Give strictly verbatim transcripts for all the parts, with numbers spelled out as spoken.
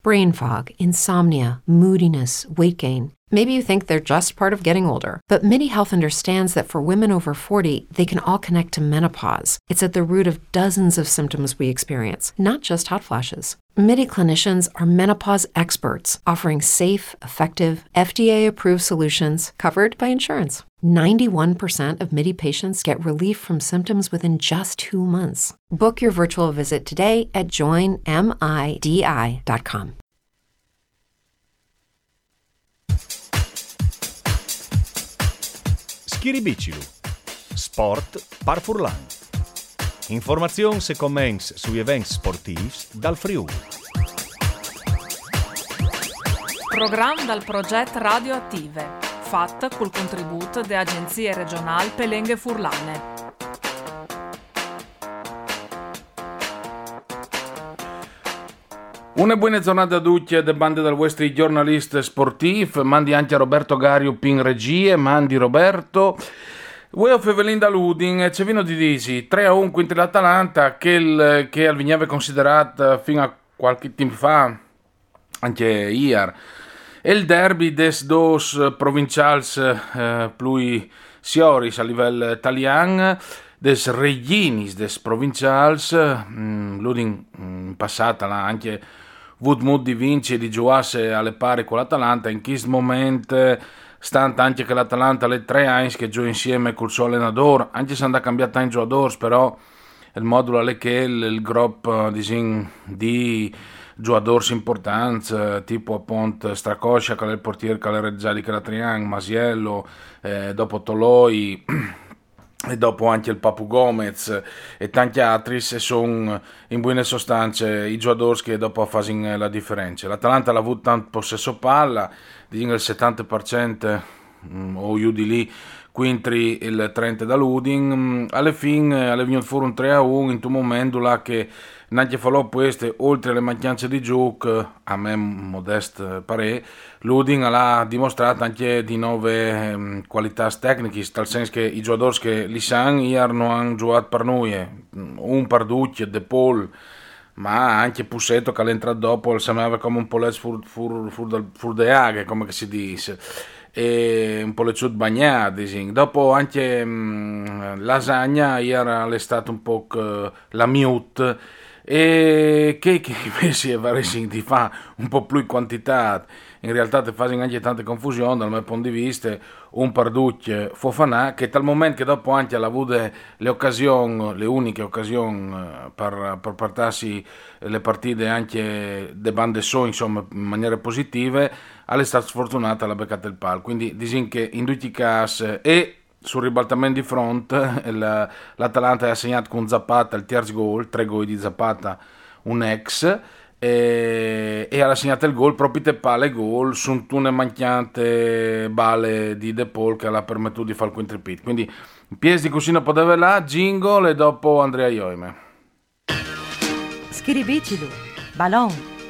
brain fog, insomnia, moodiness, weight gain. Maybe you think they're just part of getting older, but MIDI Health understands that for women over forty, they can all connect to menopause. It's at the root of dozens of symptoms we experience, not just hot flashes. MIDI clinicians are menopause experts, offering safe, effective, F D A-approved solutions covered by insurance. ninety-one percent of MIDI patients get relief from symptoms within just two months. Book your virtual visit today at join midi dot com. Schiribicilu. Sport par Furlan. Informazioni e commenti sugli eventi sportivi dal Friuli. Programma dal progetto Radioattive, fatto col contributo delle agenzie regionali Pelenghe Furlane. Una buona giornata a tutti e bande del vostri giornalist sportif, mandi anche a Roberto Gario Pin Regie, mandi Roberto. Voi Fevelin da Ludin, c'è vino di Disi, tre a uno contro l'Atalanta, che, il, che al Vignave considerata fino a qualche tempo fa, anche ieri, e il derby des dos provincials eh, plui sioris a livello italiano, des reginis des provincials, mm, Ludin in passata là, anche Woodmood di vince e di giocasse alle pari con l'Atalanta, in questo momento stante anche che l'Atalanta le tre anni che gioca insieme col suo allenatore, anche se andrà cambiato in giocatori, però il modulo è che il, il gruppo di, di giocatori importanti, tipo appunto Stracoscia che è il portiere che è già di Calatrian, Masiello, eh, dopo Toloi e dopo anche il Papu Gomez e tanti altri, se sono in buone sostanze i giocatori che dopo fanno la differenza. L'Atalanta l'ha avuto tanto possesso palla, il settanta per cento o più di lì, quindi il trenta da Ludin, alla fine è venuto fuori un tre a uno in un momento là che neanche falò queste, oltre alle mancanze di gioco, a me modest pare, Ludin ha dimostrato anche di nuove um, qualità tecniche, nel senso che i giocatori che li sanno ieri non hanno giocato per noi, un Parducci, De Paul, ma anche Pussetto che all'entrata dopo sembrava come un po' fur, fur, fur, fur de aghe, come si dice, e un po' le ciut bagnate. Dopo anche um, Lasagna ieri è stato un po' la mute, e che, che invece è di fa un po' più in quantità, in realtà ti fa anche tante confusioni dal mio punto di vista. Un Parducci Fofanà che tal momento che dopo anche ha avuto le occasioni, le uniche occasioni per, per portarsi le partite anche de bande so insomma in maniere positive, è stata sfortunata alla beccata del pal, quindi disin che in tutti i casi e sul ribaltamento di fronte l'Atalanta ha segnato con Zapata il terzo gol, tre gol di Zapata, un ex, e, e ha segnato il gol proprio te pale gol su una manchiante balle di De Paul che l'ha permesso di fare il quintripit. Quindi pies di cuscino poteva là, jingle e dopo Andrea Ioime. Schiribicilu, ballon.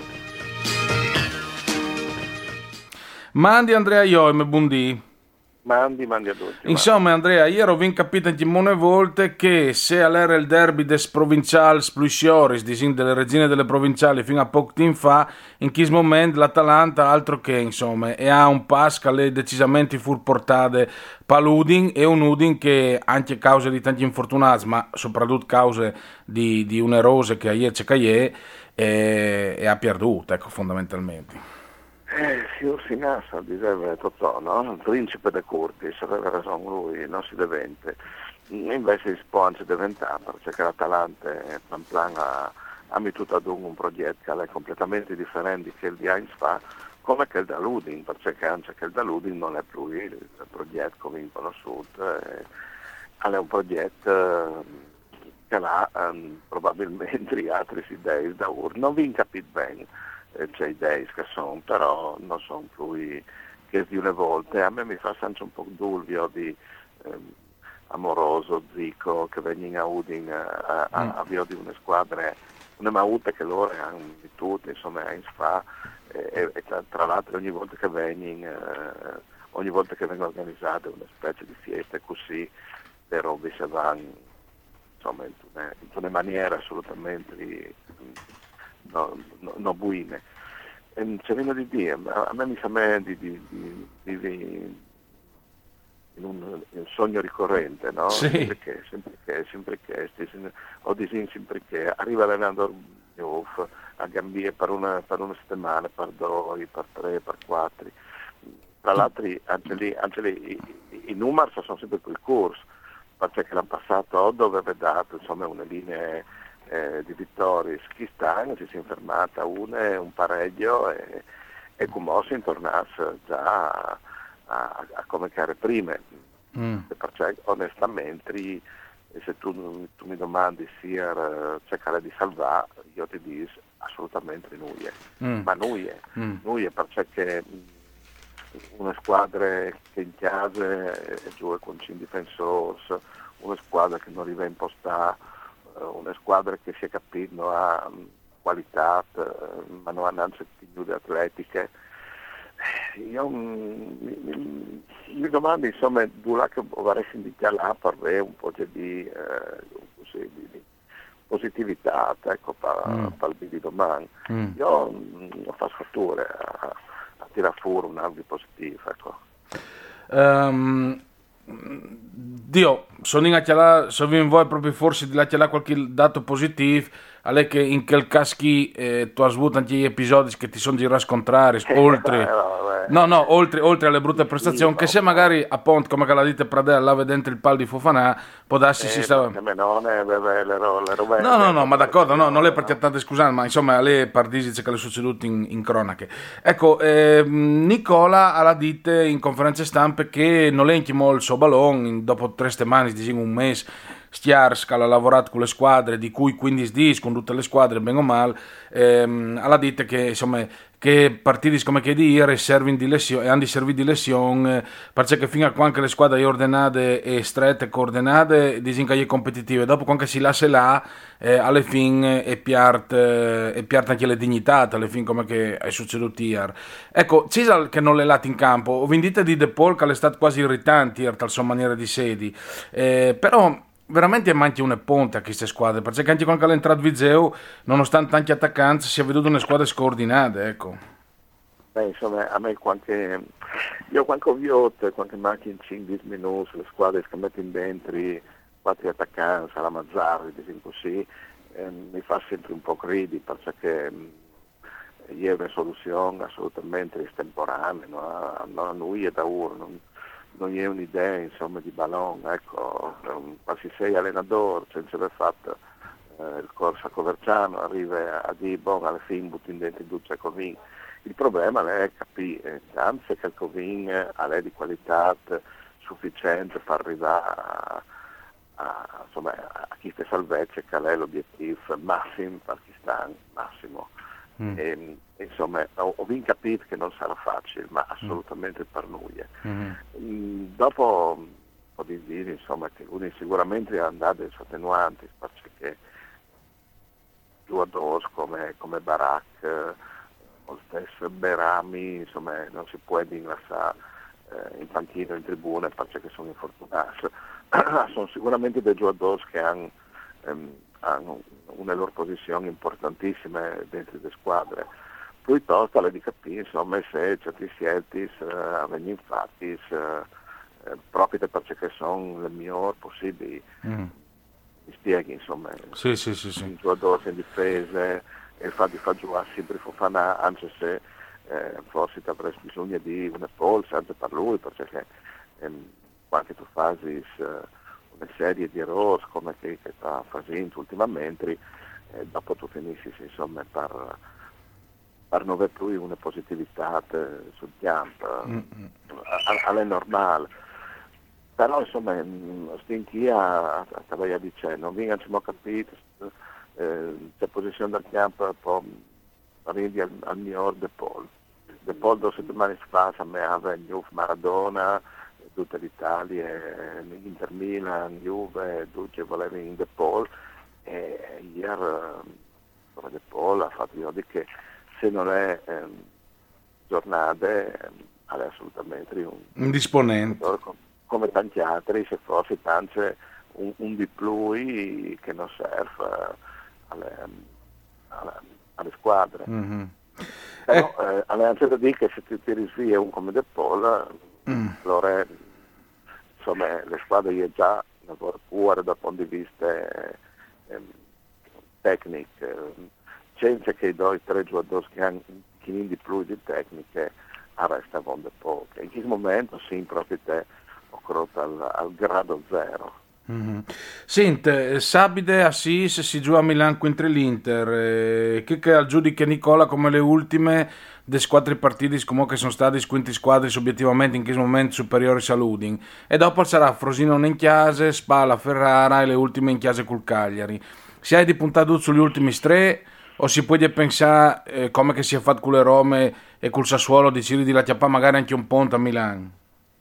Mandi Andrea Ioime, buondì. Mandi, mandi a tutti. Insomma, Andrea, ieri ho vinto capito anche molte volte che se all'era il derby des provincials plus sioris, disin delle regine delle provinciali fino a poco tempo fa, in questo momento l'Atalanta altro che, insomma, e ha un pass che le decisamente fur portate per l'Udin e un Udin che anche a causa di tanti infortunati, ma soprattutto a causa di, di una rose che ieri c'è cagliè e, e ha perduto, ecco, fondamentalmente. Eh, Fior Sinassa, diceva Totò, no? Il principe de Curtis, aveva ragione lui, non si devente. Invece si può anche diventare, perché l'Atalanta plan plan ha, ha messo ad un progetto che è completamente differente che il di Heinz fa, come che il da Ludin, perché anche che il da Ludin non è più il progetto come in conosciuto, eh, è un progetto che ha um, probabilmente altre idee da ur. Non vi capite bene. C'è idee che sono, però non sono più che di una volta. A me mi fa sempre un po' dubbio di ehm, Amoroso, Zico, che vengono a Udin a, a, a via di una squadra, una mauta che loro hanno di tutte, insomma, in fa, e, e tra, tra l'altro ogni volta che vengono, eh, ogni volta che vengono organizzate una specie di fiesta così, le robe si vanno, insomma, in una, in una maniera assolutamente no, no, no buine. E c'è meno di dire, a me mi sembra di, di, di, di, di in un, in un sogno ricorrente, no? Sì. Sempre che, sempre che, sempre che, ho disegno sempre che arriva l'allenatore a Gambia per una, per una settimana, per due, per tre, per quattro. Tra l'altro anche lì, anche lì i, i numeri sono sempre quel corso, perché l'anno passato dove aveva dato insomma una linea eh, di vittorie Schistang, si è fermata una, un pareggio e, e come si tornasse già a, a, a come era prima. Mm. Perché onestamente se tu, tu mi domandi se uh, cercare di salvare, io ti dico assolutamente noi è. Mm. Ma noi è, mm. noi è perché una squadra che in casa gioca con cinque difensori, una squadra che non arriva a impostare, una squadra che si è capito ha qualità, ma non ha neanche più di atletiche. Io mi, mi, mi domando insomma dove che vorrei sentire là per avere un po' di, eh, così, di, di positività, ecco, per, mm. per il di domani. Mm. Io non faccio fatture a, a tirare fuori un albero positivo, ecco. Um, Dio, sono in là, se vi vuoi proprio forse di là qualche dato positivo, è che in quel caso eh, tu hai avuto anche gli episodi che ti sono di rascontrare, oltre, no, no, oltre, oltre alle brutte prestazioni, che se magari appunto, come la dite Pradella, là vedente il pal di Fofanà, può darsi si stava... No, no, no, ma d'accordo, no, non le perché tante scusate, ma insomma, le pardisi che le succedute in, in cronache. Ecco, eh, Nicola ha dite in conferenze stampe che non lenchi molto il suo ballon, dopo tre settimane, diciamo un mese, Stiars che ha lavorato con le squadre, di cui quindici dis con tutte le squadre, bene o male, ehm, alla dite che insomma che partiti come che dire servono di lezione e hanno servito di lezione perché fino a quando le squadre ordinate e strette coordinate dicono che è competitive, dopo quando si lascia là eh, alla fine è piart eh, è piart anche le dignità alla fine come che è succeduto ieri. Ecco, Cisal che non l'è lato in campo, ho vendita di De Paul che è stato quasi irritante ieri tal sua maniera di sedi, eh, però veramente manca una ponte a queste squadre, perché anche quando è entrato Viseu, nonostante tanti attaccanti, si è veduto una squadra scordinata, ecco. Beh, insomma, a me qualche, io quando ho visto, quando manca in cinque minuti, le squadre che mettono dentro quattro attaccanti, alla Mazzarri, così, eh, mi fa sempre un po' credi, perché eh, è una soluzione assolutamente estemporanea, no? Non noi è da ora, non, non è un'idea insomma di ballon, ecco, quasi sei allenatori senza aver fatto eh, il corso a Coverciano, arriva a Dibon, alla fine butti in dentro due Covin. Il problema è capire, anzi che il Covin ha di qualità sufficiente per arrivare a, a, insomma, a chi fa salvezza, che è l'obiettivo massimo per chi sta massimo. Mm. E, insomma, ho, ho ben capito che non sarà facile, ma assolutamente mm. per noi. Mm. Mm, dopo ho di dire insomma, che lui sicuramente è andato in attenuanti, perché giocatori come, come Barak, eh, o stesso Berami, insomma, non si può lasciare eh, in panchina in tribuna perché sono infortunati. Sono sicuramente dei giocatori che hanno ehm, hanno una loro posizione importantissima dentro le squadre. Piuttosto alle di capire insomma se certi scelti uh, vengono fatti uh, proprio perché sono le migliori possibili. Mm. Mi spieghi insomma. Sì, sì, sì, sì. Il giocatore in difesa e il fatto di far giocare sempre Fofana, anche se eh, forse ti avresti bisogno di una polsa anche per lui, perché ehm, quando tu fai uh, una serie di errori come che, che sta facendo ultimamente, eh, dopo tu finisci insomma per, per non avere più una positività sul campo, mm-hmm. è normale. Però insomma stinchia stava dicendo, non vengono mai capito eh, la posizione del campo può arrivare al, al miglior De Paul. De Paul due settimane fa a me aveva il Maradona, tutta l'Italia, Inter Milan, Juve, tutti volevano in De Paul e ieri De Paul ha fatto vedere che se non è eh, giornate è assolutamente un, un disponente come, come tanti altri, se fosse tanto un, un di più che non serve alle, alle, alle squadre. Mm-hmm. Però eh, all'anzi da dire che se ti, ti risvia un come De Paul, mm. allora insomma le squadre gli è già una pure dal punto di vista eh, tecnico, eh, senza che i due tre giocatori che hanno chi di più di tecniche arrestavano De Paul. In questo momento si proprio te al, al grado zero. Mm-hmm. Senti, Sabide Assis si gioca a Milano contro l'Inter, eh, che, che al giudice Nicola come le ultime delle squadre partite comunque sono state quinti squadre obiettivamente in questo momento superiori a Ludin, e dopo sarà Frosinone in chiesa, Spalla, Ferrara e le ultime in chiesa col Cagliari. Si hai di puntato sugli ultimi tre o si può pensare eh, come che si è fatto con le Rome e col Sassuolo di Ciri di la Chiappa magari anche un ponte a Milano?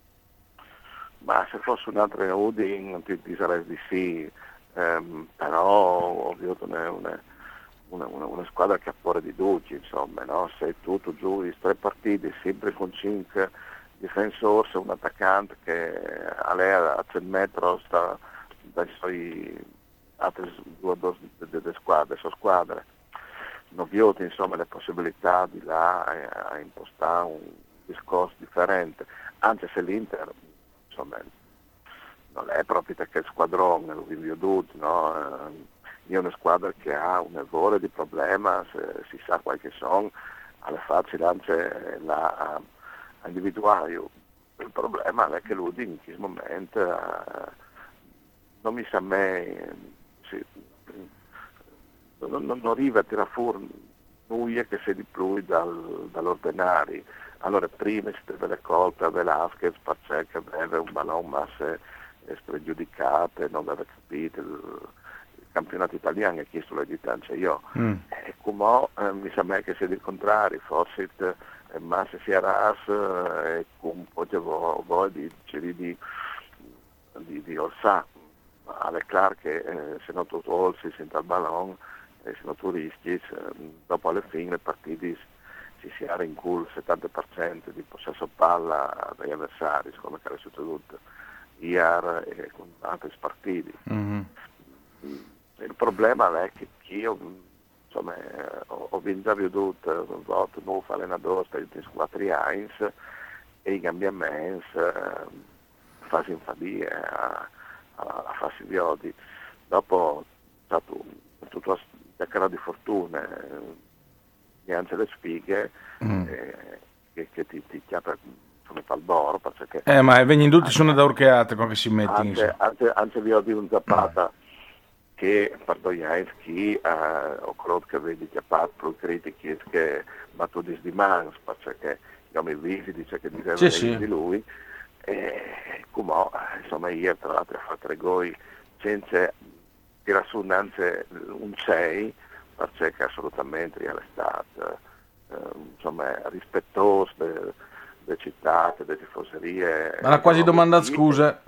Ma se fosse un altro Udin ti, ti sarei di sì, ehm, però ovviamente una, una, una, una squadra che ha cuore di duci, insomma, no? Se tu, tu giuri tre partite sempre con cinque difensori, un attaccante che a lei a cento metri sta dai suoi altri due delle squadre, sono squadre, non vioti insomma le possibilità di là a, a impostare un discorso differente, anche se l'Inter insomma non è proprio perché il squadrone lo vivo tutti, no? È una squadra che ha un errore di problema, se si sa qual che sono, alla facile anche la individuare. Il problema è che lui in questo momento uh, non mi sa me sì, non, non arriva a tirare fuori nulla che sia di più dal, dall'ordinario. Allora prima si deve le colpe a Velasquez perché aveva un ballone ma se spregiudicato, non aveva capito il, il campionato italiano e chiesto la distanza io. Mm. E come eh, mi sa me che sia il contrario, forse eh, ma se si era e come potevo voi di di di, di, di Orsà, ma è chiaro che eh, se non tu olsi senta il ballone e se non tu rischi, eh, dopo alle fine le partite ci si era in culo il settanta per cento di possesso palla dagli avversari, come che era succeduto ieri e con altri partiti. Mm-hmm. Il problema è che io insomma, ho, ho già veduto un voto nuovo allenatore per il quattro anni e i cambiamenti eh, fanno infadire a, a, a farsi viodi. Dopo è stato tutto una di fortuna, anche le spighe mm. eh, che, che ti, ti chiappa come palboro perché eh ma vegni tutti sono da orcheate come si mette anche, anche, anche vi ho di un Zapata mm. che pardonai chi eh, ho creduto che vedi chiappato più critiche che ma tu dis di mans perché io mi visi dice che diceva sì, sì. di lui e come insomma io tra l'altro ho fatto tre gol senza tirare su innanzi un sei perché assolutamente è stato eh, insomma rispettoso delle de città, delle tifoserie. Ma l'ha quasi domandato scusa.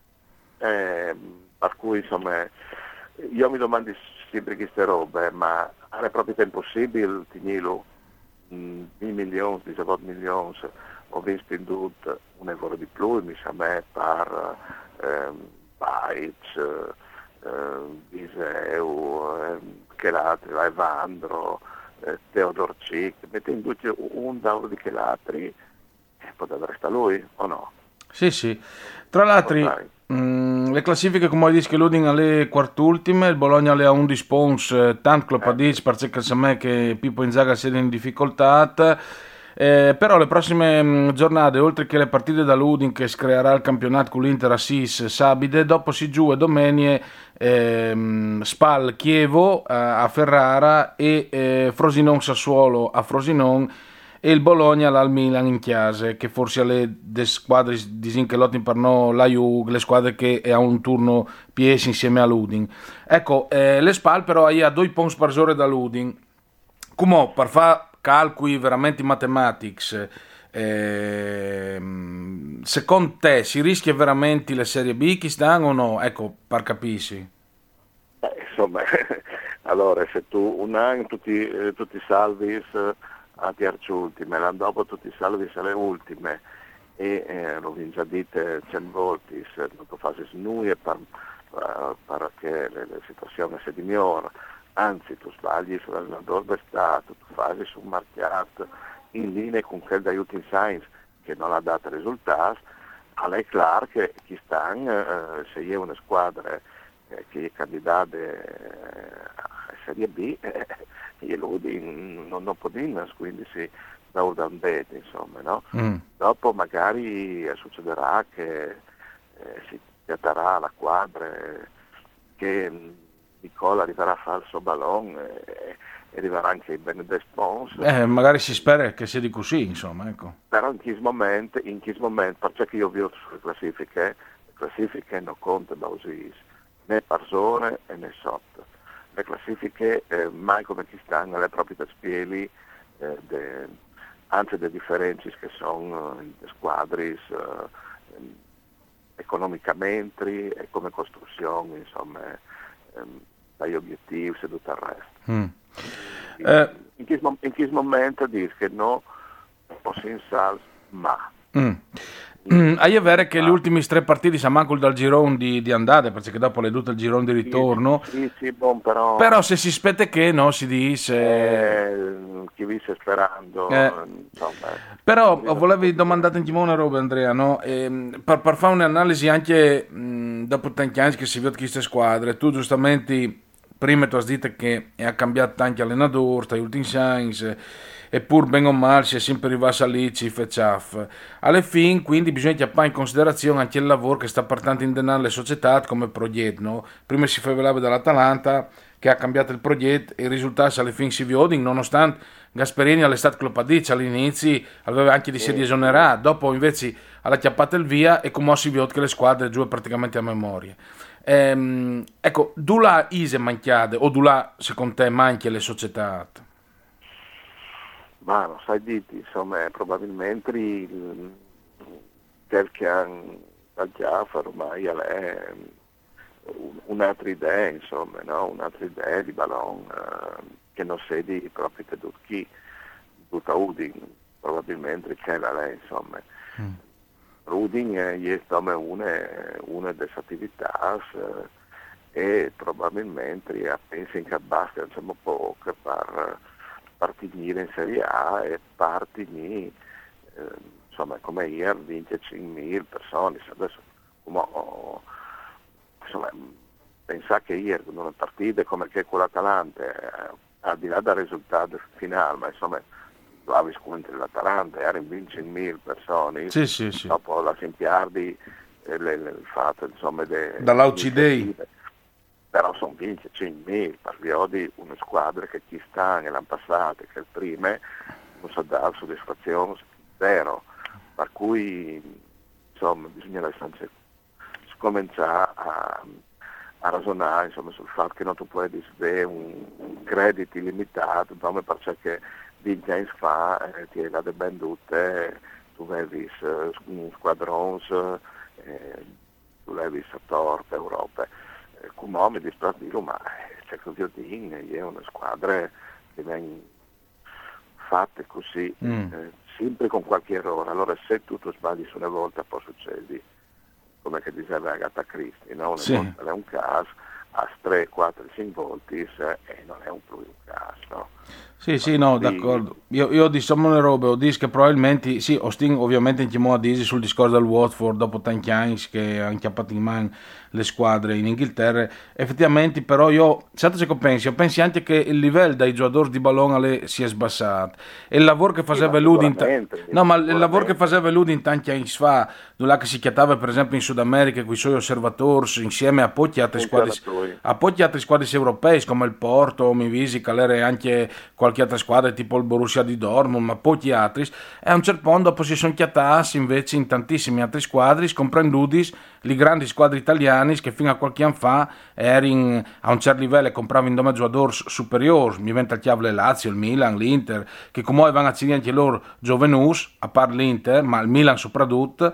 Eh, per cui insomma io mi domando sempre queste robe, ma è proprio impossibile tenerlo mille milioni, diciotto milioni, ho visto spinduto un euro di più, mi sa me per ehm, Baic, eh, Viseu, eh, che l'altro, Evandro, eh, Teodor Cic, mette in tutti un euro di che l'altro, eh, potrebbe restare lui o no? Sì, sì. Tra l'altro, mh, le classifiche come dice che l'Udin alle quart'ultime, il Bologna alle a undici punti, tanto club a dieci, perché sa me che Pippo Inzaghi sia in difficoltà. Eh, però le prossime mh, giornate, oltre che le partite da Ludin che si creerà il campionato con l'Inter a Sis Sabide, dopo si giù e domenie ehm, Spal Chievo eh, a Ferrara e eh, Frosinone Sassuolo a Frosinone e il Bologna al Milan in chiase, che forse alle de squadre disin che lottano per no la Juve, le squadre che ha un turno pies insieme a Ludin. Ecco, eh, le Spal però ha due punti per ore da Ludin. Come per fare calcoli veramente mathematics, eh, secondo te si rischia veramente la Serie B chi stanno o no? Ecco, per capisci. Eh, insomma, allora se tu un anno tutti, eh, tutti salvi eh, a terze ultime, l'anno dopo tutti salvi alle ultime e eh, lo già dite cento volte, se non tu fai nulla per, perché le, le situazioni si migliorano. anzi tu sbagli sull'allenatore del Stato, tu fai su un marchiato in linea con quel di aiuto in science che non ha dato risultati, allora è chiaro che chi sta, eh, se è una squadra eh, che è candidata eh, a Serie B, eh, non, non può dire, quindi si da un bete, insomma, no? Mm. Dopo magari succederà che eh, si piatterà la quadra, eh, che Nicola arriverà a fare il suo ballon e, e arriverà anche il Benedetto Spons. Eh, magari si spera che sia di così, insomma, ecco. Però in questo momento, in questo momento, perché io ho visto sulle classifiche, le classifiche non contano così, né persone né sotto. Le classifiche eh, mai come chi stanno le proprie spieli, eh, de, anzi delle differenze che sono in uh, squadre uh, economicamente e come costruzione, insomma, um, dagli obiettivi e tutto il resto. Mm. In, eh. in, questo, in questo momento dice che no, possiamo salvare, ma. Mm. Mm, è vero che ah. gli ultimi tre partiti si mancano dal girone di, di andata, perché dopo le dute il girone di ritorno. Sì, sì, sì, bon, però... però se si aspetta che no, si dice... Eh, chi vi sta sperando... Eh. Insomma, però volevi domandare anche una roba, Andrea, no? E, per, per fare un'analisi anche mh, dopo tanti anni che si vede queste squadre, tu giustamente prima tu hai detto che ha cambiato anche allenatore, stai ultimi science... eppur ben o male si è sempre arrivato lì, cif e ciaf. Alla fine quindi bisogna chiappare in considerazione anche il lavoro che sta portando in denaro le società come progetto, no? Prima si parlava dell'Atalanta che ha cambiato il progetto e i risultati alla fine si vedono, nonostante Gasperini all'estate Clopadic all'inizio aveva anche di serie esonerate, dopo invece ha chiappato il via e come si vede che le squadre giù praticamente a memoria. Ehm, ecco, Dula Ise manchiade o Dula secondo te manchi le società? Ma non sai diti, insomma, probabilmente quel che hanno già ormai è un'altra idea, insomma, no? Un'altra idea di ballon eh, che non sei di proprio di chi, tutta Udin, probabilmente che è lei, insomma. Mm. Udin è una, una delle attività eh, e probabilmente penso che basta insomma poco per partire in Serie A e partire eh, insomma come ieri venticinquemila persone adesso come, oh, insomma pensare che ieri con una partita come che con l'Atalanta eh, al di là del risultato finale ma insomma l'avevi scontro l'Atalanta erano venticinquemila persone sì, sì, sì. Dopo la Sempiardi eh, le, le, il fatto insomma de, dall'Aucidei però sono venticinquemila per via di una squadra che chi sta nell'anno passato che è il primo non sa dare soddisfazione zero per cui insomma bisogna cominciare a, a ragionare insomma, sul fatto che non tu puoi avere un, un credito illimitato come perché venti anni fa eh, ti hai ben tutte tu avevi un squadrone eh, tu avevi Torpe Europa come mi dispiace dirlo, ma c'è così è una squadra che viene fatta così, mm. eh, sempre con qualche errore. Allora se tu sbagli su una volta può succedere, come che diceva Agatha Christie, no? Una sì. volta è un caso, a tre, quattro, cinque volte e non è un più un caso, no? Sì, sì, no, d'accordo. Io, io diciamo le robe, ho detto che probabilmente, sì, Austin ovviamente in chiamò a dire sul discorso del Watford dopo tanti anni che ha chiappato in mano le squadre in Inghilterra, effettivamente però io, sapete che pensi? Io penso anche che il livello dei giocatori di ballone si è sbassato e il lavoro che faceva sì, lui in ta- no, ma il lavoro che faceva lui in tanti anni fa, dove si chiamava per esempio in Sud America con i suoi osservatori insieme a pochi altri squadre a pochi altri squadre europei come il Porto, mi visi, Calere anche qualche altra squadra tipo il Borussia di Dortmund, ma pochi altri, e a un certo punto dopo si sono chiatati invece in tantissimi altri squadri, comprendudis le grandi squadre italiane che fino a qualche anno fa erano a un certo livello e compravano in giocatori superiori, mi venta il chiave Lazio, il Milan, l'Inter, che comunque vanno a cercare anche loro giovanus, a parte l'Inter, ma il Milan soprattutto,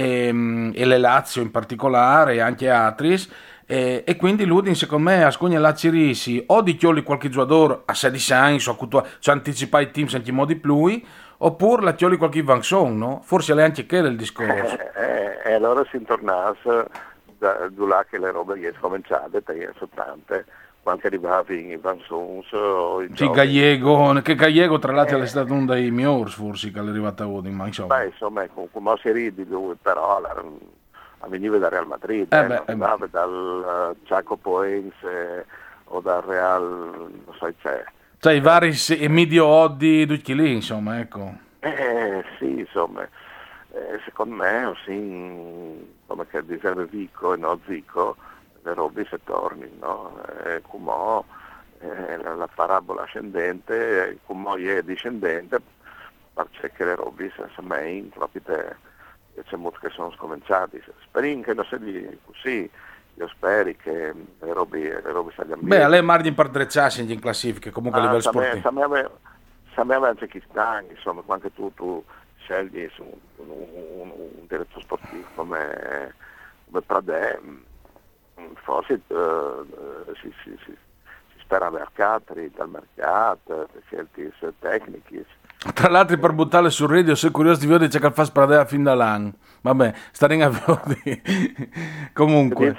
e, e le Lazio in particolare, e anche altri. E, e quindi l'Udin secondo me a scogna la Cirisi o di chioli qualche giocatore a sé di senso, cioè anticipare i team anche in modi più, oppure la chioli qualche Vanson, no? Forse è anche che il discorso. E eh, eh, allora si tornasse da, da là che le robe che sono cominciate, sono tante, qualche arrivavi in Van Sons o in Sì, Gallego, che Gallego tra l'altro eh, è stato uno dei migliori forse che è arrivato a Udin, ma insomma. Beh, insomma, con, con si ridi lui, però la, veniva da Real Madrid, eh, eh, beh, arrivava eh, dal uh, Jacopo Ense o dal Real, non so c'è. Cioè i vari Emidio Oddi, tutti lì, insomma, ecco. Eh, sì, insomma, eh, secondo me, sì, come che diceva Vico e no Zico, le robe se torni, no? Eh, come eh, la, la parabola ascendente, come è discendente, perché le robe senza me, proprio te, c'è molto che sono scominciati. Spero che non sia così, io spero che le robe, le robe siano beh, a lei margine per drecciarsi in classifiche, comunque ah, a livello sportivo. Sapeva anche chi sta, insomma, anche tu, tu scegli un, un, un, un direttore sportivo come, come Pradè, forse uh, si, si, si, si spera a mercati, dal mercato, scelte tecniche. Tra l'altro per buttare sul radio, sei curioso di vedere c'è che fa Pradè fin dall'anno. Vabbè, stare in avvioni. Comunque.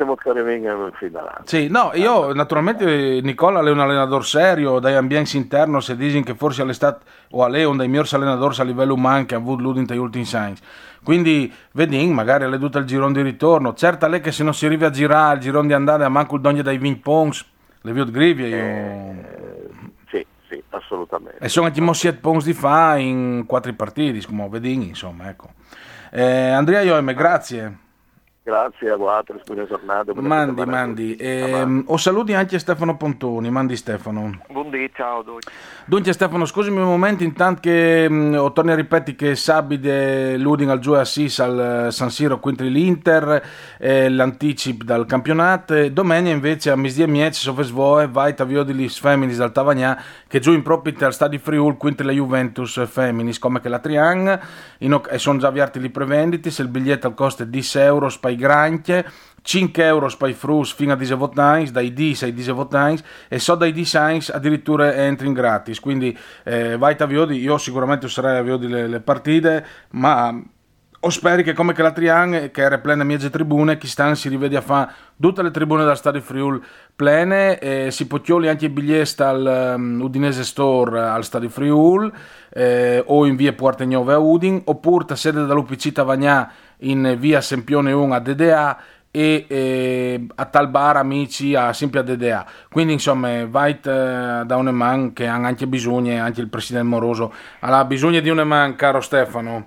Sì, no, io naturalmente Nicola è un allenatore serio, dai ambienti interni si dicono che forse all'estate o a lei un dei migliori allenatori a livello umano che ha avuto l'Udin negli ultimi anni. Quindi vedi, magari alle tutto il girone di ritorno. Certo lei che se non si arriva a girare il girone di andare a manco il dogno dai venti punti, le vi ho grivie io. Eh, sì, sì, assolutamente. E sono anche mossi sette punti di fa in quattro partiti, come vedi, insomma, ecco. Eh, Andrea Ioime, grazie. Grazie a voi, buona giornata. Mandi, mandi. Eh, o saluti anche Stefano Pontoni. Mandi Stefano. Buondì, ciao. Dunque Stefano, scusami un momento, intanto che mh, ho torno a ripetere che Sabide l'Udin al giù Assis al San Siro contro l'Inter, eh, l'anticipo dal campionato. E domenica invece a Misdia Miece, Sove Svoe, vai Tavio di Lis Feminis dal Tavagnà, che giù in proprio al Stadio Friul contro la Juventus Feminis, come che la Triang, in, e sono già avviati le prevendite, se il biglietto costa dieci euro, spai granchie, cinque euro spai frus fino a diciotto anni, dai dieci ai diciotto anni, e so dai dieci anni addirittura entri in gratis, quindi eh, vai a Viodi, io sicuramente userei a Viodi le, le partite, ma o speri che come che la Triang, che era plena mie tribune, chi stanno si rivede a fare tutte le tribune dal Stadio Friul plene, e si potioli anche i biglietti al um, Udinese Store al Stadio Friul, eh, o in via Puerte Nuove a Udin, oppure a sede dall'U P C Tavagnà in via Sempione uno a D D A, e eh, a tal bar amici a sempre a D D A. Quindi insomma vai eh, da un man che ha anche bisogno, anche il presidente Moroso ha bisogno di un man, caro Stefano.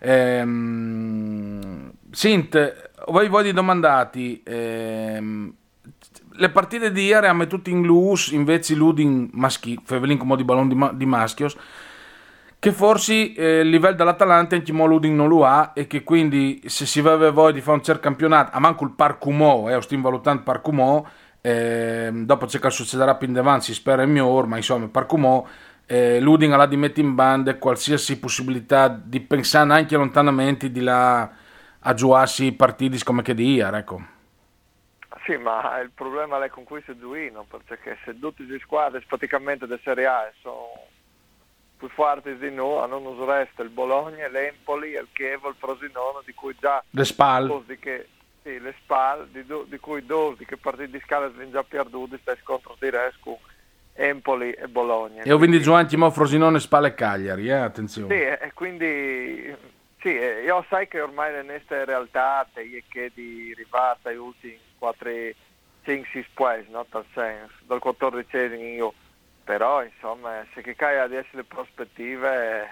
ehm, Sint, voi voi domandati ehm, le partite di ieri hanno tutti in lus invece l'Udin maschi Fevelin come di ballon di, ma, di maschios, che forse eh, il livello dell'Atalanta anche l'Udin non lo ha, e che quindi se si aveva voglia di fare un certo campionato a manco il Parcumò, eh, stiamo valutando Parcumò, eh, dopo c'è che succederà più in davanti, si spera il mio or, ma insomma Parcumò, eh, l'Udin ha di mettere in bande qualsiasi possibilità di pensare anche lontanamente di là a giocarsi partiti come che di ieri, ecco. Sì, ma il problema è con questo Zuino, perché se tutte le squadre praticamente della Serie A sono più forti di noi, a non us resta il Bologna, l'Empoli, il Chievo, il Frosinone, di cui già le spalle, di che, sì, le spalle, di, do, di cui due di che partite di scala sono già perduti, stai scontro diretto con Empoli e Bologna. E ho quindi giù anche mo Frosinone, Spalle e Cagliari, eh, attenzione. Sì, e quindi sì, io sai che ormai in questa realtà è che di arrivata agli ultimi quattro cinque sei paesi, no? Dal senso, dal quattordicesimo io. Però insomma se che cai adesso le prospettive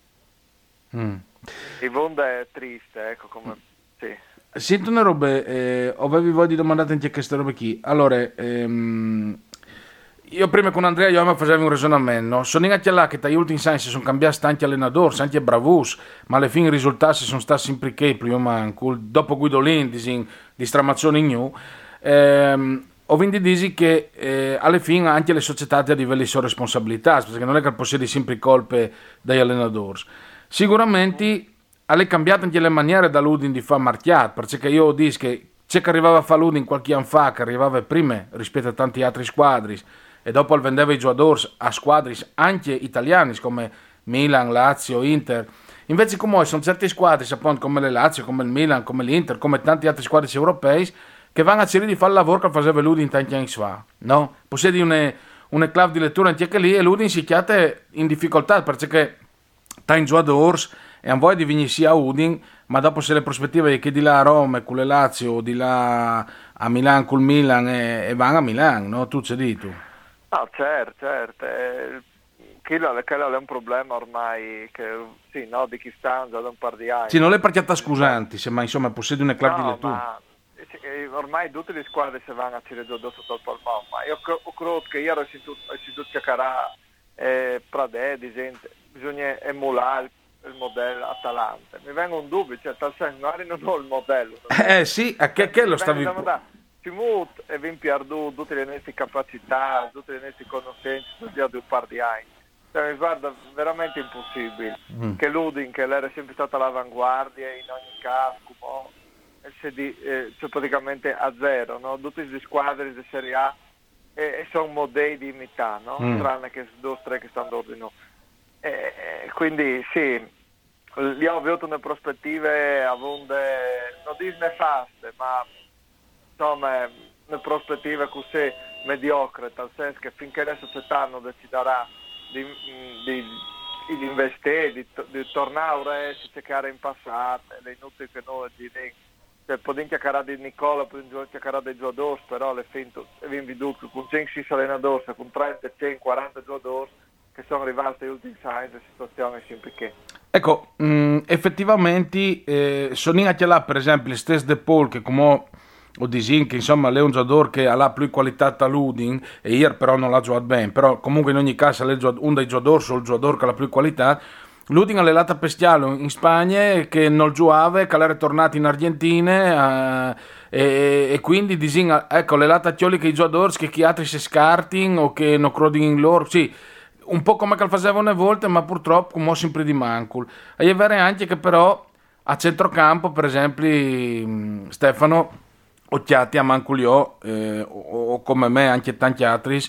mm. il mondo è triste, ecco come sì. Sento una roba, eh, avevi voglia di domandare anche queste robe qui. Allora ehm, io prima con Andrea Ioima facevo un ragionamento, no? Sono in là che dagli ultimi anni si sono cambiati tanti allenatori, anche bravus, ma alla fine i risultati sono stati sempre che prima dopo Guidolin di, di stramazzone in new. ehm, Ho quindi dici che eh, alla fine anche le società a livello di sua responsabilità, perché non è che possiede sempre colpe dagli allenatori. Sicuramente alle cambiate anche le maniere da Ludin di fare marchiate, perché io dico che c'è che arrivava a fare Ludin qualche anno fa, che arrivava prima rispetto a tanti altri squadri, e dopo vendeva i giocatori a squadre anche italiani come Milan, Lazio, Inter. Invece come sono certe squadre appunto, come le Lazio, come il Milan, come l'Inter, come tanti altri squadre europei, che vanno a cercare di fare il lavoro che faceva l'Udin tanti anni fa, no? Possiedi un un club di lettura anche lì e l'Udin si chiate in difficoltà perché sta in giocatori e hanno voglia di venire sia a Udin, ma dopo se le prospettive è che di là a Roma con le Lazio o di là a Milan col Milan e, e vanno a Milan, no? Tu c'è di tu. No, certo, certo. Eh, quello, quello è un problema ormai che, sì, no, di chi sta già da un par di anni. Sì, non è perché scusanti, se ma insomma possiedi un club no, di lettura. Ma, sì, ormai tutte le squadre si vanno a tirare giù sotto il palmo, ma io credo che io ho sentito cercare eh, Pradè, di gente, bisogna emulare il modello Atalanta. Mi venga un dubbio, cioè tal senso magari non ho il modello. Eh sì, a che, che lo stavi... Timut e vi perdu tutte le nostre capacità, tutte le nostre conoscenze sul dia di un par di anni. Cioè, mi guarda veramente impossibile mm. che l'Udin, che era sempre stata all'avanguardia in ogni caso, come, di, eh, cioè praticamente a zero, no? Tutte le squadre di Serie A e, e sono modelli di imità, no? Mm. Tranne che due o tre che stanno ordinando. E, e quindi sì, io ho avuto una prospettive avonde, non dico nefaste, ma insomma una prospettiva così mediocre, nel senso che finché la società non deciderà di, di, di investire, di, di tornare a cercare in passato, è inutile che noi diciamo, cioè, possiamo chiacchierare di Nicola, possiamo chiacchierare dei giocatori, però alle fine abbiamo veduto con cinque sei allenatori, con trenta, cento, quaranta giocatori che sono arrivati agli ultimi anni in situazioni sempre che. Ecco, mh, effettivamente eh, sono in là per esempio il stesso De Paul che come o disin che insomma è un giocatore che ha più qualità dall'Udin e ieri però non l'ha giocato bene, però comunque in ogni caso è uno dei giocatori o il giocatore che ha più qualità. L'Udin è l'ata pestiale in Spagna che non giocava, che era tornato in Argentina eh, e, e quindi disin, ecco l'elata tioli che i giocatori che chi altri si scartin o che non crodin in loro, sì, un po' come che facevano una volta, ma purtroppo come sempre di mancul. E è vero anche che però a centrocampo per esempio Stefano Occhiati a Manculiò eh, o, o come me anche tanti altri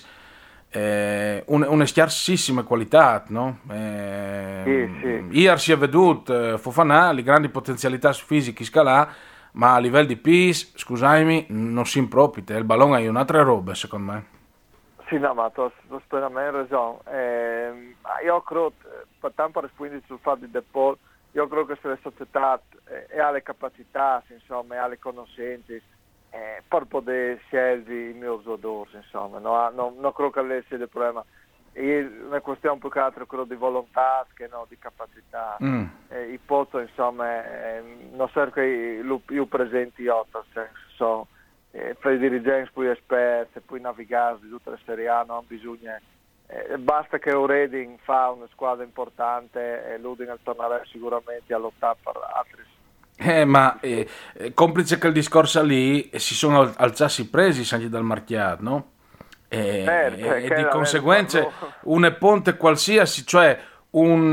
eh, un, una scarsissima qualità, no? Eh, sì, sì. Ieri si è veduto eh, Fofana le grandi potenzialità fisiche scalà, ma a livello di pis scusami non si impropite, il ballone è un'altra roba secondo me. Sì, no, ma tu hai pienamente ragione. Eh, io credo, per tanto rispondere sul fatto di De Paul, io credo che se la società eh, ha le capacità, insomma, ha le conoscenze, Eh, per poter scegliere i miei giocatori, insomma, no? non, non credo che sia il problema. È una questione più che altro quello di volontà che no, di capacità. Mm. Eh, I pozzo, insomma, eh, non serve che io, io presenti io, nel senso, so, eh, per i dirigenti più esperti, poi navigare di tutta la Serie A, non bisogna. Eh, basta che il Reading fa una squadra importante e l'Udin tornerà sicuramente a lottare per altri. Eh, ma eh, complice che il discorso lì si sono alzati i presi anche dal marchiato, no? E, certo, e di conseguenza un ponte qualsiasi, cioè un,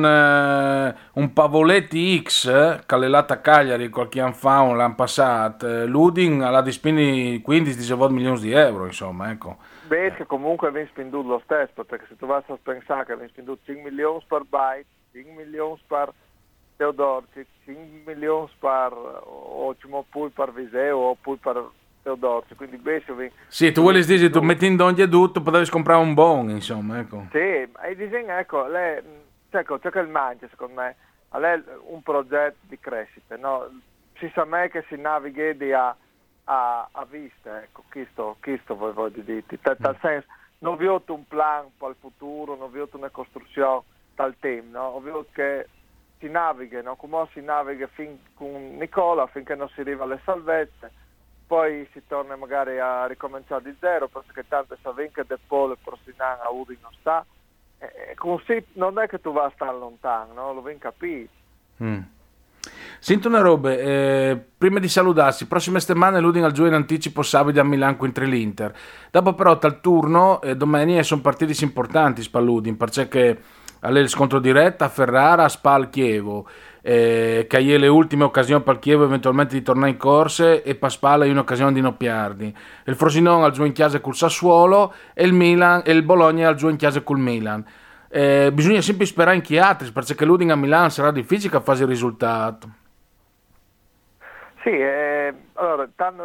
uh, un Pavoletti X che l'elata Cagliari qualche anno fa, un l'anno passato, l'Udin ha di spendere quindici diciotto milioni di euro, insomma, ecco. Beh, che comunque abbiamo speso lo stesso, perché se tu vai a pensare che abbiamo speso cinque milioni per Byte, cinque milioni per Teodorci, cinque milioni per o poi per Viseo o poi per Teodorci, quindi beh, sì, tu vuoi dire, tu metti in donne tutto, potevi comprare un bon, insomma, ecco. Sì, ma il disegno, ecco, lei, ecco, c'è che il mangia, secondo me, a lei un progetto di crescita, no? Si sa me che si navighi di a, a, a vista, ecco, questo, questo voi voglio dire, tal senso, non vi ho un plan per il futuro, non vi ho una costruzione tal team, no? Ovvio che si navighi, no? Come si naviga fin con Nicola finché non si arriva alle salvezze, poi si torna magari a ricominciare di zero perché tanto sa che De Paul il prossimo anno a Udine non sta e così non è che tu vai a stare lontano, no? Lo vengo capire. Mm. Sento una roba, eh, prima di salutarsi, prossime settimane l'Udine al giù in anticipo sabato a Milano contro l'Inter, dopo però tal turno eh, domenica sono partiti importanti per l'Udine perché alle il scontro diretto a Ferrara, a Spal Chievo, eh, che è le ultime occasioni per Chievo eventualmente di tornare in corse e per Spal è un'occasione di non piardi. Il Frosinone al giù in chiesa col Sassuolo e il Milan e il Bologna al giù in chiesa col Milan. Eh, bisogna sempre sperare in chi altri perché l'Udine a Milano sarà difficile che faccia il risultato. Sì, eh, allora tanto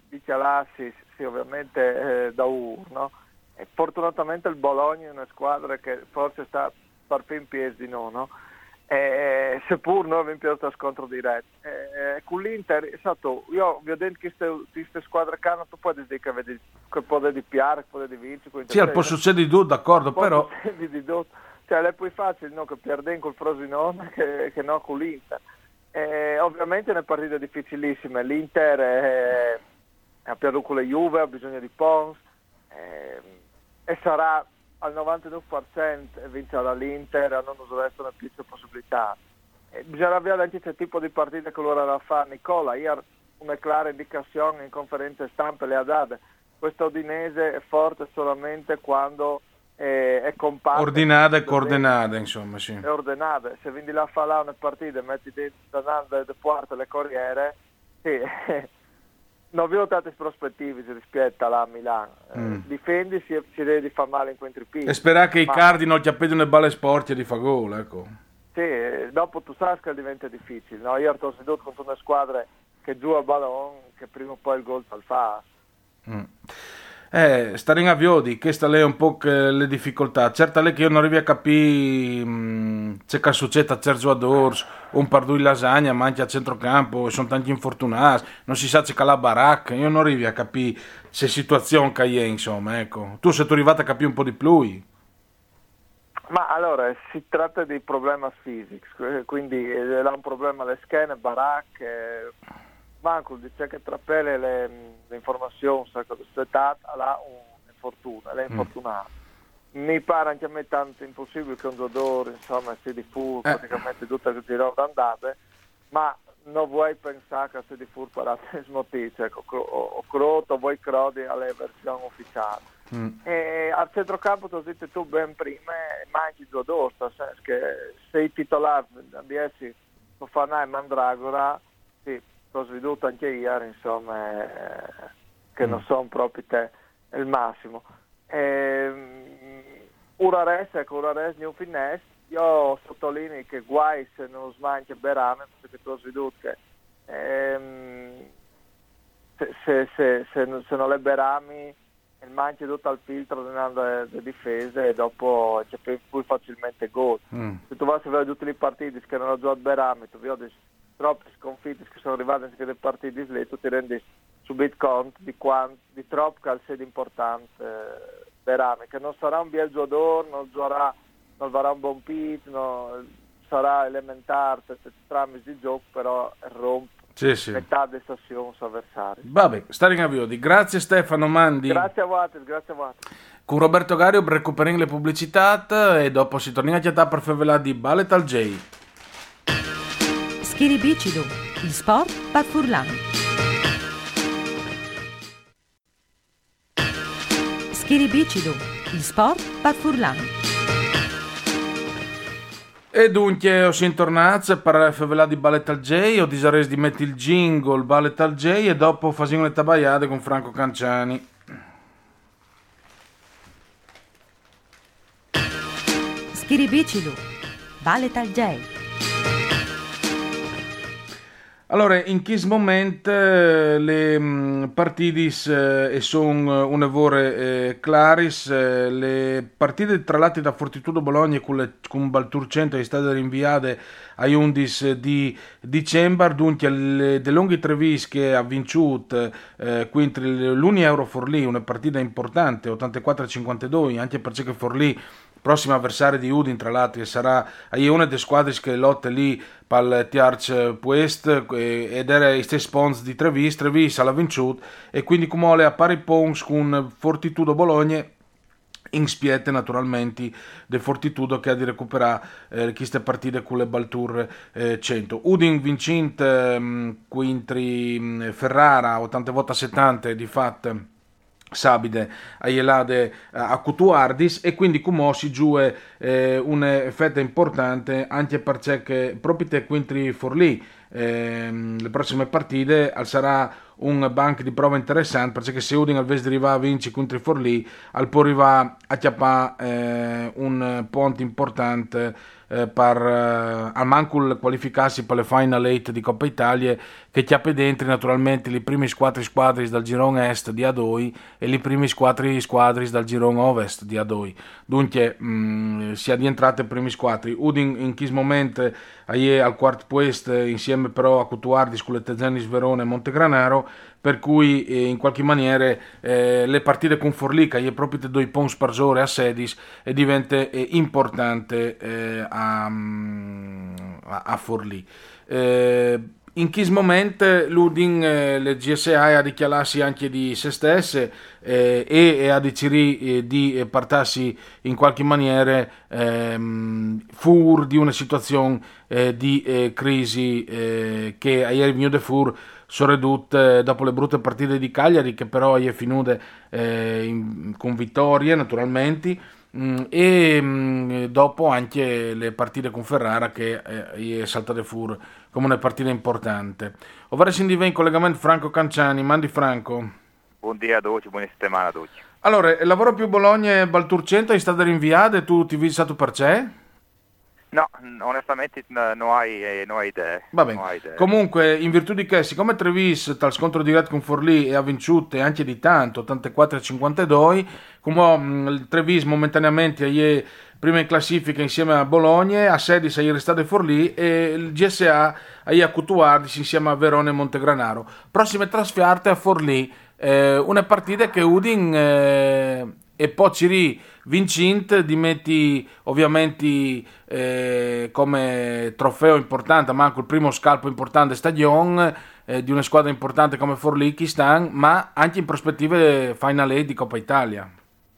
dice là, sì, sì, ovviamente eh, da U, no? E fortunatamente il Bologna è una squadra che forse sta per fin piedi di no, no? Eh, seppur noi abbiamo più scontro diretto eh, con l'Inter è stato, io vi ho detto che queste squadre che hanno tu puoi dire che vedi che può di piare, che può di vincere sì, può succedere di tutto, d'accordo, però di tutto. Cioè è più facile no, che perdere col Frosinone che, che no con l'Inter eh, ovviamente è una partita difficilissima, l'Inter eh, ha perduto con le Juve, ha bisogno di Pons eh, e sarà al novantadue per cento vincerà l'Inter, non nos restano più possibilità. Eh, bisogna vedere anche che tipo di partita che loro hanno fatto. Nicola, io una clara indicazione in conferenza stampa le ha date. Questo Udinese è forte solamente quando eh, è compatto. Ordinata e coordinata, insomma, sì. È ordinata. Se vindi la fa là una partita e metti dentro da porta le corriere, sì. Non vi ho tante prospettive rispetto alla Milano. Mm. Eh, difendi si, si deve fare male in quintripiedi. E spera che ma... i cardi non ti appedono le balle sporche di fa gol, ecco. Sì, dopo tu sai che diventa difficile. No? Io ho seduto contro una squadra che giù a ballon, che prima o poi il gol al fa. Mm. Eh, stare in avviodi, questa lì è un po' che le difficoltà. Certa lei che io non arrivo a capire mh, c'è che succede a certi giocatori, un pardù in lasagna, ma anche a centrocampo, sono tanti infortunati, non si sa c'è che la baracca, io non arrivo a capire se situazione che è, insomma, ecco. Tu sei arrivato a capire un po' di più? Ma allora, si tratta di problemi fisici, quindi è un problema alle schiene, baracche, manco dice che tra pelle le, le informazioni sa che l'età ha un infortunio, è infortunato. Mm. Mi pare anche a me tanto impossibile che un giocatore insomma si diffuso eh. praticamente tutte le girate andate, ma non vuoi pensare che si diffuso per altre notizie, ecco, o croto, voi crodi alle versioni ufficiali. Mm. E al centrocampo tu hai detto tu ben prima manchi giocatori, nel senso che se i titolari di essi Fofana e Mandragora sì, l'ho sveduto anche ieri, insomma, eh, che mm. non sono proprio te il massimo. E, Urares, ecco, Urares New Finesse, io sottolineo che guai se non smanca Berame, perché tu ho sveduto che ehm, se, se, se, se, se non le Berami il manchi tutto al filtro delle difese e dopo c'è più facilmente gol. Mm. Se tu vai a vedere tutti i partiti che non hanno giocato Berame, tu vedi troppi sconfitti che sono arrivati in queste partite lì, tu ti rendi subito conto di quanto di troppo calcio importante eh, Berame, che non sarà un bel giocatore, non giocherà, non farà un buon pit, no, sarà elementare tramite di gioco, però rompe sì, sì. metà delle stazioni avversarie. Vabbè, stare in avviodi. Grazie Stefano Mandi. Grazie a voi, grazie a voi. Con Roberto Gario recuperiamo le pubblicità e dopo si torna a chiamare per fare di Ballet al J. Schiribicido, il sport per Furlan. Schiribicido, il sport per Furlan. E dunque ho sin tornato per fare di Ballet al J, ho disarreso di mettere il jingle Ballet al J e dopo facciamo le tabaiate con Franco Canciani. Schiribicido, Ballet al J. Allora, in questo momento eh, le mh, partidis eh, e sono una vore eh, claris, eh, le partite tra l'altro da Fortitudo Bologna con, le, con Balturcento è state rinviate ai undici di dicembre, dunque le De Longhi Trevis che ha vinto eh, quindi l'Uni Euro Forlì, una partita importante, ottantaquattro a cinquantadue, anche perché Forlì prossimo avversario di Udin tra l'altro sarà una delle squadre che lotta lì per il Tiarch Puest ed era i stessi sponsor di Trevis, Trevis l'ha vinto e quindi come a pari pons con Fortitudo Bologna in spiete naturalmente del Fortitudo che ha di recuperare eh, queste partite con le Baltur eh, cento. Udin vincente eh, quintri Ferrara ottanta volte a settanta di fatto Sabide a Ielade a Cutuardis e quindi come si giù eh, una fetta importante anche perché proprio te quintri Forlì eh, le prossime partite sarà un banco di prova interessante perché se Udin al invece di arrivare a vincere contro Forlì al può arrivare a chiappare eh, un ponte importante eh, per eh, al mancul qualificarsi per le Final eight di Coppa Italia, che chiappe dentro naturalmente i primi quattro squadri dal girone est di Adoi e i primi quattro squadri dal girone ovest di Adoi. Dunque mh, si è rientrate i primi quattro. Udin in questo momento è al quarto posto insieme però a Cotuardis con le Tezenis Verona e Montegranaro, per cui eh, in qualche maniera eh, le partite con Forlì che è proprio due punti sparsore a Sedis e diventa eh, importante eh, a, a, a Forlì. Eh, in questo momento l'Udin, eh, le G S A ha dichiararsi anche di se stesse eh, e ha deciso eh, di partarsi in qualche maniera ehm, fuori di una situazione eh, di eh, crisi eh, che ieri venuta fuori sono ridotte dopo le brutte partite di Cagliari, che però è finute eh, in, con vittorie naturalmente, mh, e mh, dopo anche le partite con Ferrara che eh, è saltate fuori come una partita importante. Ora si indiva in collegamento Franco Canciani. Mandi Franco. Buongiorno a tutti, buona settimana a tutti. Allora, il lavoro più Bologna e Balturcento è stato rinviato e tu ti vedi stato per c'è? No, onestamente non hai, non hai idee. Va bene. Idee. Comunque, in virtù di che, siccome Trevis dal scontro diretto con Forlì e ha vinto anche di tanto, ottantaquattro a cinquantadue, come mh, il Trevis momentaneamente è prima in classifica insieme a Bologna, a Sedis è restato Forlì e il G S A è a Cotuardis insieme a Verona e Montegranaro. Prossime trasferte a Forlì, eh, una partita che Udin eh, e poi Ciri vincente di metti ovviamente eh, come trofeo importante, ma anche il primo scalpo importante stagione eh, di una squadra importante come Forlì Chistan, ma anche in prospettive Final Eight di Coppa Italia.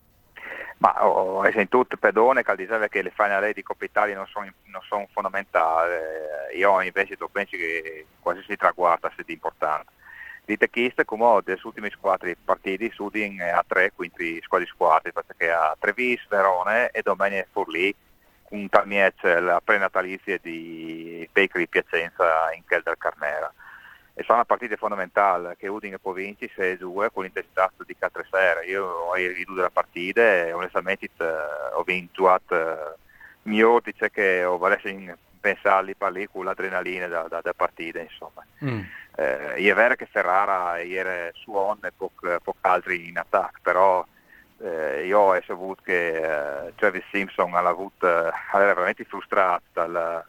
Ma ho oh, sentito pedone che diceva che le Final Eight di Coppa Italia non sono, non sono fondamentali. Io invece penso che qualsiasi traguardo sia importante. Dite chiste come delle ultime quattro partite Udin a tre, quindi squadre squadre, perché a Trevis, Verone e domenica Forlì, un tal miece la prenatalizia di Pecri Piacenza in Kel del Carnera. E sono una partita fondamentale che Udin può vincere se due con l'intensità di quattro sere. Io ho riduto la partita e onestamente ho vinto uh, mio dice che ho voluto pensare lì con l'adrenalina da, da, da partita, insomma. Mm. Eh, è vero che Ferrara ieri suona e pochi altri in attacco, però eh, io ho saputo che eh, Travis Simpson ha avuto, era veramente frustrato dal,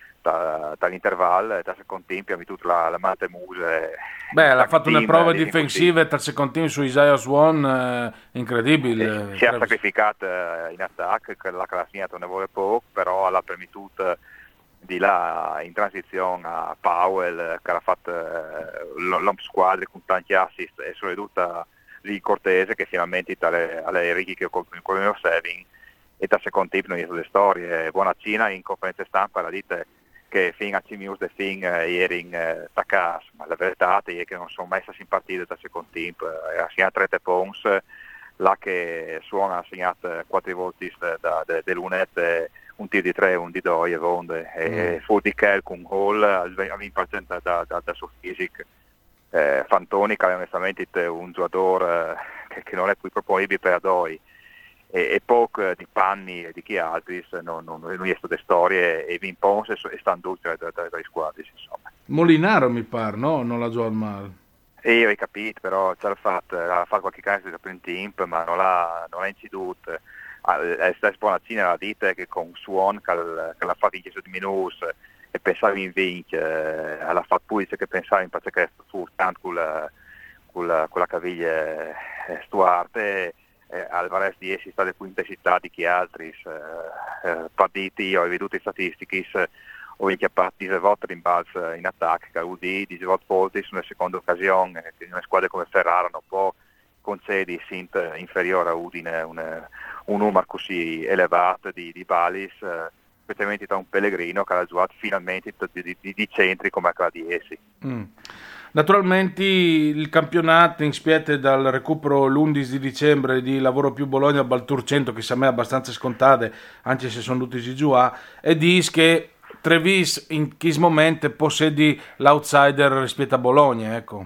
da, dall'intervallo e dal secondo tempo ha avuto la, la mante muse. Beh, ha fatto una prova difensiva dal secondo tempo su Isaiah Swan eh, incredibile. Eh, si è sacrificato eh, in attacco, che la classificato ne vuole poco, però l'ha permesso di là in transizione a Powell che ha fatto eh, l'home squadra con tanti assist e soprattutto lì Cortese che finalmente alle, alle righe che con il numero sei e da secondo tempo non è le storie. Buona Cina in conferenza stampa la dite che fin a C-News de fin eh, ieri in eh, Tacas, ma la verità è che non sono mai stati in partita da secondo tempo, eh, ha segnato tre punti, là che suona ha segnato quattro volte da, da, da lunette, un tiro di tre, un di due e vonde, e mm. fu di Kel con un gol al venti per cento da, da, da suo fisico. Eh, Fantoni che è onestamente un giocatore eh, che, che non è più proponibile per noi, e, e poco di Panni e di chi altri non, non, non è stato storie e Vin Pons e stanno tutti dai squadri, insomma. Molinaro mi pare, no? Non l'ha giocato male. E io ho capito, però ce l'ha fatto, ha fatto qualche caso da primo tempo, ma non l'ha, non l'ha inciduto. La stessa Bonazzina la dite che con Suon che l'ha fatto in dieci minuti e pensava in vincere, eh, l'ha fatto pure che pensava in parte che fu tanto con la, con la, con la caviglia eh, Stuarte, eh, Alvarez di essi sta più intensità di chi altri, eh, eh, partiti, io ho veduto le statistiche, ho inchiappato dieci volte in balzo in attacco, che U D dieci volte su una seconda occasione, che in una squadra come Ferrara non può concedi sint inferiore a Udine un, un numero così elevato di, di balis, eh, specialmente da un Pellegrino che ha giocato finalmente di, di, di centri come quella di essi. Mm. Naturalmente il campionato in spiete dal recupero l'undici di dicembre di Lavoro più Bologna Balturcento, che a me è abbastanza scontate anche se sono tutti di giù a, e dice che Trevis in questo momento possiede l'outsider rispetto a Bologna, ecco.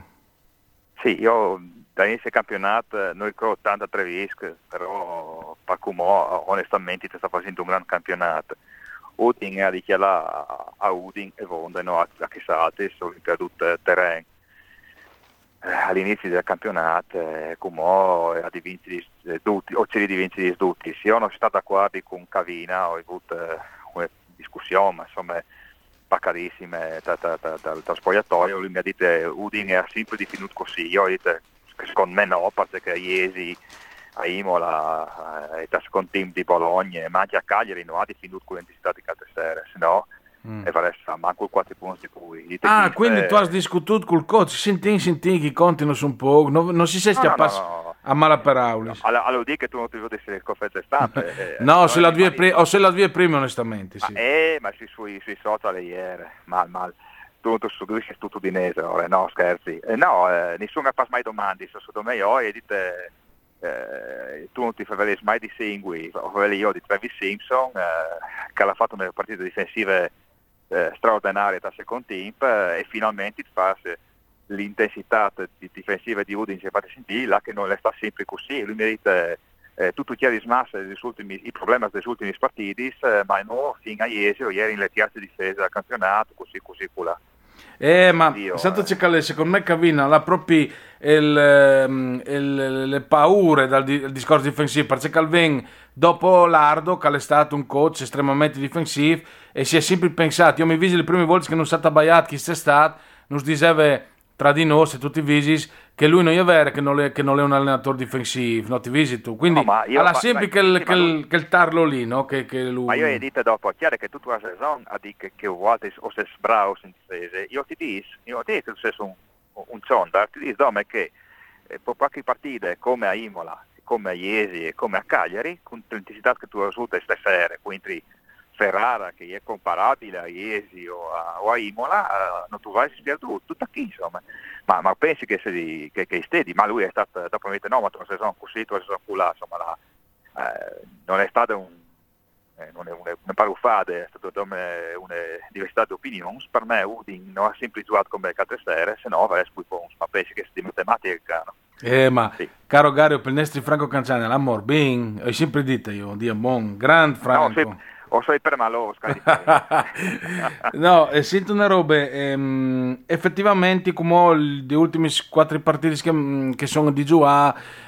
Sì, io da inizio campionato noi credo tanto a Trevis, però Pacumò onestamente sta facendo un gran campionato. Udin è dichiarato a Udin e vendono a, a chissà altri sono perduto terreno eh, all'inizio del campionato eh, come a divinti tutti o ci divinti tutti. Se io non sono stato d'accordo con Cavina ho avuto eh, una discussione, ma insomma paccarissime dal spogliatoio. Lui mi ha detto Udin è sempre definito così, io ho detto che secondo me no, perché ieri a Imola e da secondo team di Bologna ma anche a Cagliari non ha definito con l'intensità di Caltesere, se no mm. e varesse manco quattro punti di cui ah quindi è... tu hai discututo col coach, senti senti che continuano un po', non, non si sente no, no, no, no. a mala per Aulis allora dico che tu non ti vuoi essere conferenze stampe no eh, se la due pre- o se la due prima onestamente sì. ma, eh, ma sui, sui, sui social ieri mal mal tu tu studiassi tutto dinese ora no scherzi eh, no eh, nessuno mi ha mai domande secondo me io e dite Eh, tu non ti fai mai di Singui, o io di Travis Simpson eh, che ha fatto una partita difensiva eh, straordinaria da secondo team eh, e finalmente ti fa l'intensità di difensiva di Udin si è fatta sentire là che non le sta sempre così. Lui mi dice eh, tutto chiaro smasse i problemi degli ultimi partiti eh, ma no fino a ieri o ieri in le terze difese del campionato così così là. Eh, ma Dio, stato eh. C'è secondo me Cavina ha proprio il, il, le paure dal di, discorso difensivo, perché Calvin dopo Lardo che è stato un coach estremamente difensivo e si è sempre pensato, io mi visi le prime volte che non è stato abbaiato chi c'è stato, non si diceva tra di noi e tutti i visi che lui non è vero che non è, che non è un allenatore difensivo, no ti visi tu, quindi no, alla sempre che il, che, il, che il tarlo lì, no? Che, che lui... Ma io ho detto dopo, è chiaro che tutta la stagione ha detto che vuole o se bravo in difesa, io ti dico, io ti dico che sei un, un sonda, ti dico dome che eh, per qualche partita come a Imola, come a Iesi e come a Cagliari, con l'intensità che tu hai avuto stasera, quindi Ferrara che è comparabile a Iesi o a, o a Imola, uh, non tu vai a spiegare tutto, tutto qui insomma, ma, ma pensi che sei che, che stedi, ma lui è stato dopo mi no, ma tu non sei così, tu sei là, insomma la, eh, non è stato un eh, non è una, una paruffata, è stato una diversità di opinioni, per me Udin non ha sempre giocato come Caltesere, se no avrei poi ma pensi che sia di matematica no? Eh ma sì. Caro Gario Pelnestri Franco Canciani, l'amor ben, ho sempre detto io, Dio buon, grand Franco. No, se, o sei per malosca no, e sento una roba ehm, effettivamente come gli ultimi quattro partiti che, che sono di giù a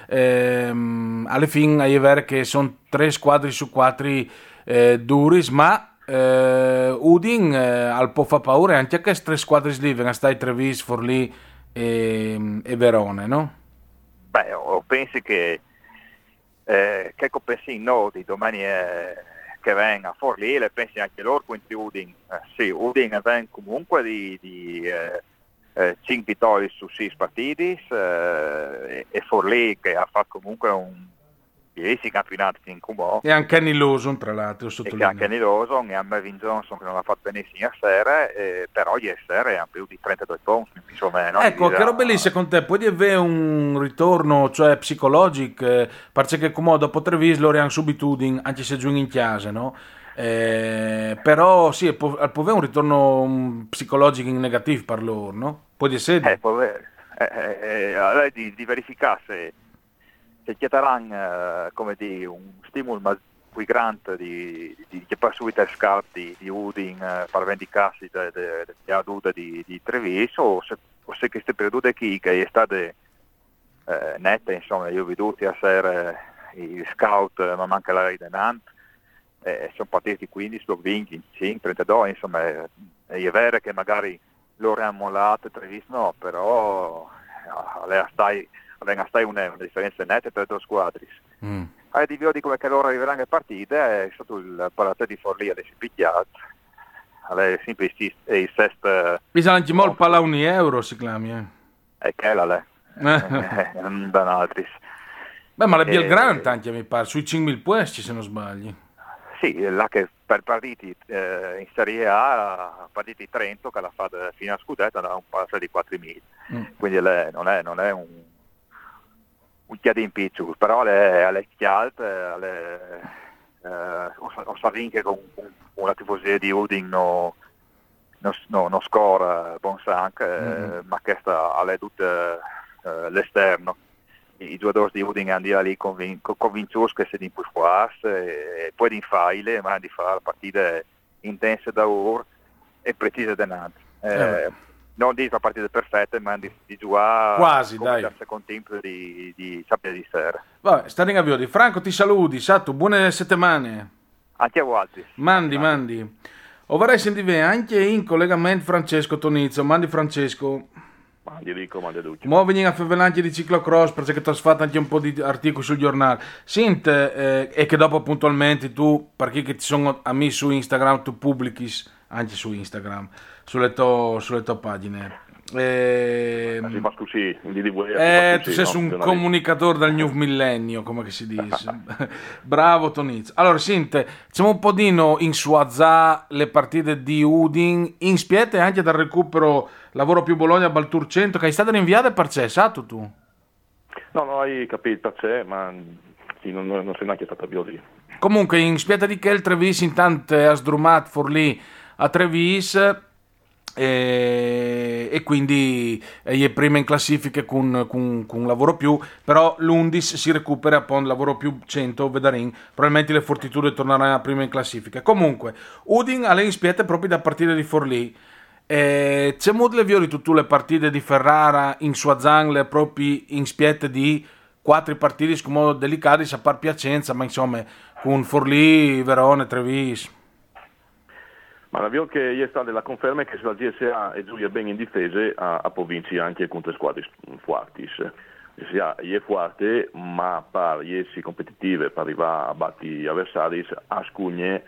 ehm, alla fine è vero che sono tre squadre su quattro eh, duris ma eh, Udin eh, al po' fa paura anche che tre squadre lì vengono stai Trevis, Forlì e, e Verone no? Beh, o pensi che eh, che pensi no di domani è che venga a Forlì e pensi anche loro quindi Udin eh, sì, Udin venga comunque di, di eh, eh, cinque vittorie su sei partiti eh, e Forlì che ha fatto comunque un bellissimo campionato in Cumò e anche Kenny Lawson tra l'altro e anche Kenny Lawson e a Melvin Johnson che non ha fatto benissimo a sera eh, però ieri sera ha più di trentadue punti insomma, no? Ecco che roba lì secondo te può avere un ritorno cioè psicologico eh, perché come dopo Trevis loro hanno subito Udin anche se giù in chiesa no? Eh, però sì può, può avere un ritorno um, psicologico in negativo per loro no? Può essere eh, può avere eh, eh, eh, di, di verificare se se chiederanno uh, come di un stimolo ma più grande di, di, di che passa subito ai scout di, di Udin uh, per vendicarsi della duda di, di Treviso o se, o se queste periode qui che è stata uh, netta insomma io ho veduto a sera i scout uh, ma manca la di Nantes eh, sono partiti quindici, venti, cinque, trentadue insomma è, è vero che magari loro hanno mollato Treviso no però uh, lei stai venga stai una, una differenza netta tra le due squadre. Mm. A divio di come che loro arriveranno a partite è stato il paratè di Forlì adesso picchiato. È sempre il sesto. Bisogna anche molto parlare un euro si chiama. Eh. E che la lei. Non da altri. Beh, ma la Bielgranta anche mi pare sui cinquemila puesti se non sbagli. Sì, là che per partiti eh, in Serie A partiti Trento che la fa fino a scudetto da un paratè di quattromila. Mm. Quindi lei non è non è un un chiede in picciolo, però le, le chialte, le, eh, o sa vinche con, con una tifoseria di Udin no, no, no, no score buon sangue, mm-hmm. eh, ma questa è tutta eh, l'esterno. I, i giocatori di Udin hanno lì convin, convinti che si di più forte e poi di file, ma di fare partite intense da ora e precise da Nantes. Eh, eh. Non di fare partite perfette, ma di, di giocare quasi, come dai. dal secondo tempo di, di sappia di sera. Vabbè, sta in avvio di Franco, ti saluti, Sattu, buone settimane. Anche a voi. Mandi, mandi. O vorrei sentire anche in collegamento Francesco Tonizzo, mandi Francesco. Mandi Rico, mandi Lucio. Mo' venire a fare anche di ciclocross perché ti ho fatto anche un po' di articoli sul giornale. Senti, eh, e che dopo puntualmente tu, perché che ti sono a me su Instagram, tu pubblichi anche su Instagram, sulle tue sulle to pagine. Eh, si fa così, di voi, eh, tu così, sei no? un comunicatore del new millennio, come che si dice. Bravo Tonizio. Allora, senti, facciamo un po' di no in Suazà le partite di Udin, in spiete anche dal recupero lavoro più Bologna Baltur cento, che è stato rinviato per c'è, sato tu? No, non hai capito per c'è, ma sì, non, non sei neanche stato più lì. Comunque, in spieta di che il Trevis intanto ha sdrumato Forlì a Trevis, E, e quindi è prima in classifiche con, con, con un lavoro più, però l'Undis si recupera con lavoro più cento, vedarin, probabilmente le Fortitude torneranno prima in classifica. Comunque Udin alle in spiete proprio da partite di Forlì, e c'è molte violi tutte le partite di Ferrara in Suazan, le proprie in spiete di quattro partite come delicati a par Piacenza, ma insomma con Forlì, Verone, Trevis. Ma la vio che è stata la conferma è che se la G S A e Giulia ben in difese a, a provinci anche contro squadre forti. La G S A è forte, ma per essere competitive, per arrivare a battere avversari, a scugne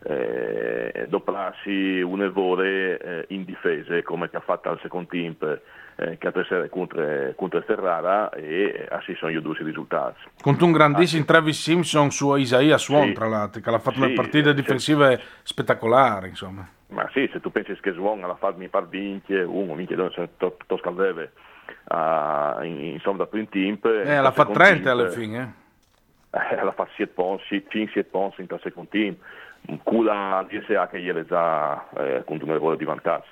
eh, doplarsi un errore eh, in difese, come che ha fatto al secondo team eh, che ha preso contro, contro Ferrara, e così sono io due risultati. Contro un grandissimo ah, Travis Simpson su Isaia Swan, sì, tra l'altro, che ha fatto sì, una partita difensive sì, spettacolari, insomma. Ma sì, se tu pensi che Swan ha fatto mi par vinche, uno vinche dove si to, to scaldeve uh, in, insomma da primo team. Eh, l'ha fatto trenta alla fine, eh? Eh, l'ha fatto sette punti, cinque sette punti in tal secondo team. Cula G S A che ieri già eh, con un errore di vantaggio.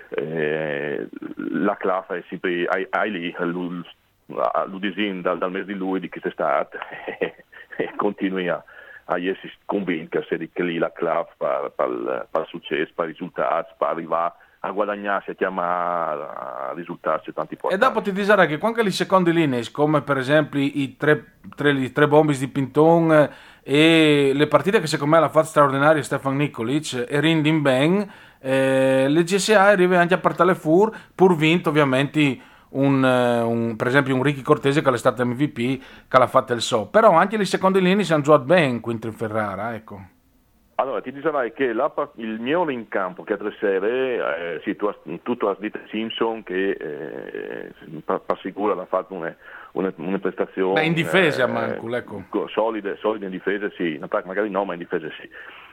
Eh, la classe è sempre hai, hai lì l'udisin dal, dal mese di lui di che sei stato e continui a, a essere convinto che lì la classe per, per, per successo, per risultati, per arrivare a guadagnarsi, a chiamare a risultati tanti importanti. E dopo ti dirà che quando le seconde linee, come per esempio i tre, tre, i tre bombis di Pinton e le partite che secondo me l'ha fatto straordinaria Stefan Nikolic e Rindin Ben, eh, le G S A arriva anche a partire fur, pur vinto ovviamente un, un, per esempio un Ricky Cortese che è stato M V P, che l'ha fatto il so, però anche le seconde linee si hanno giocato ben contro in Ferrara, ecco. Allora, ti dirai che la, il mio in campo che a tre serie, eh, sì, tu, tutto has detto Simpson che eh, per, per sicuro ha fatto una, una, una prestazione. Beh, in difesa eh, a Manco, ecco. Solide, solide in difesa, sì, in attacco magari no, ma in difesa sì.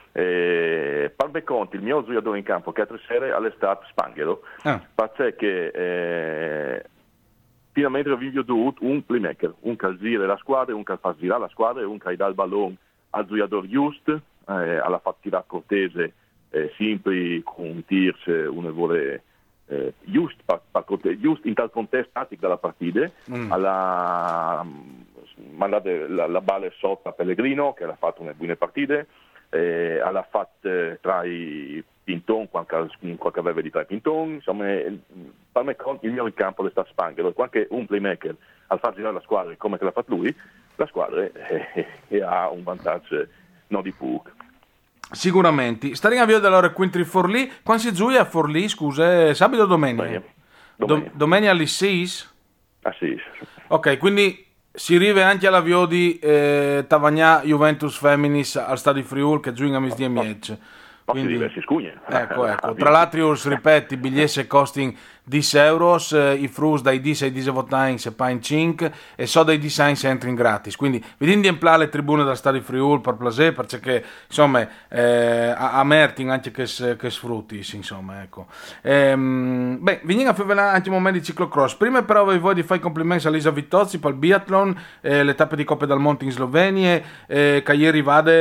Eh, per conti, il mio giocatore in campo che a tre serie è stato Spanghero, ah. perché eh, finalmente ho dovuto un playmaker, un che gira la squadra, un che fa girare la squadra e un che dà il pallone al giocatore giusto. Eh, alla fattura Cortese eh, sempre con tirs un errore eh, giusto just in tal contesto tattico della partita mm. alla mandato la, la balla sotto a Pellegrino che ha fatto una buona partita eh, alla fatto tra i Pinton qualche, qualche aveva di tra i Pinton insomma per me il mio in campo è stato Spanghero e qualche un playmaker al far girare la squadra come che l'ha fatto lui la squadra eh, eh, ha un vantaggio no di Pug. Sicuramente. Staremo a via dell'ora quinti Forlì. Quando si gioia a Forlì, scusa, sabato o domenica? Domenica. Domenica alle sei? Ah sì. Ok, quindi si arriva anche alla via di eh, Tavagnà Juventus Feminis al Stadio Friul che gioia a misdì e miece. Quindi, diversi scugne. Ecco, ecco. Tra l'altro, ripeto, i biglietti costano dieci euro, i frus dai dieci ai dieci votain se pain cinque e so dai design se entri in gratis. Quindi, vedete di emplare le tribune dal Stadio Friul per placer, perché, insomma, eh, a, a Mertin anche che, che sfrutti, insomma, ecco. Ehm, beh, veniamo a fare anche un momento di ciclocross. Prima però vi voglio fare i complimenti a Lisa Vittozzi per il biathlon, eh, le tappe di Coppe del Monte in Slovenia, eh, che ieri vade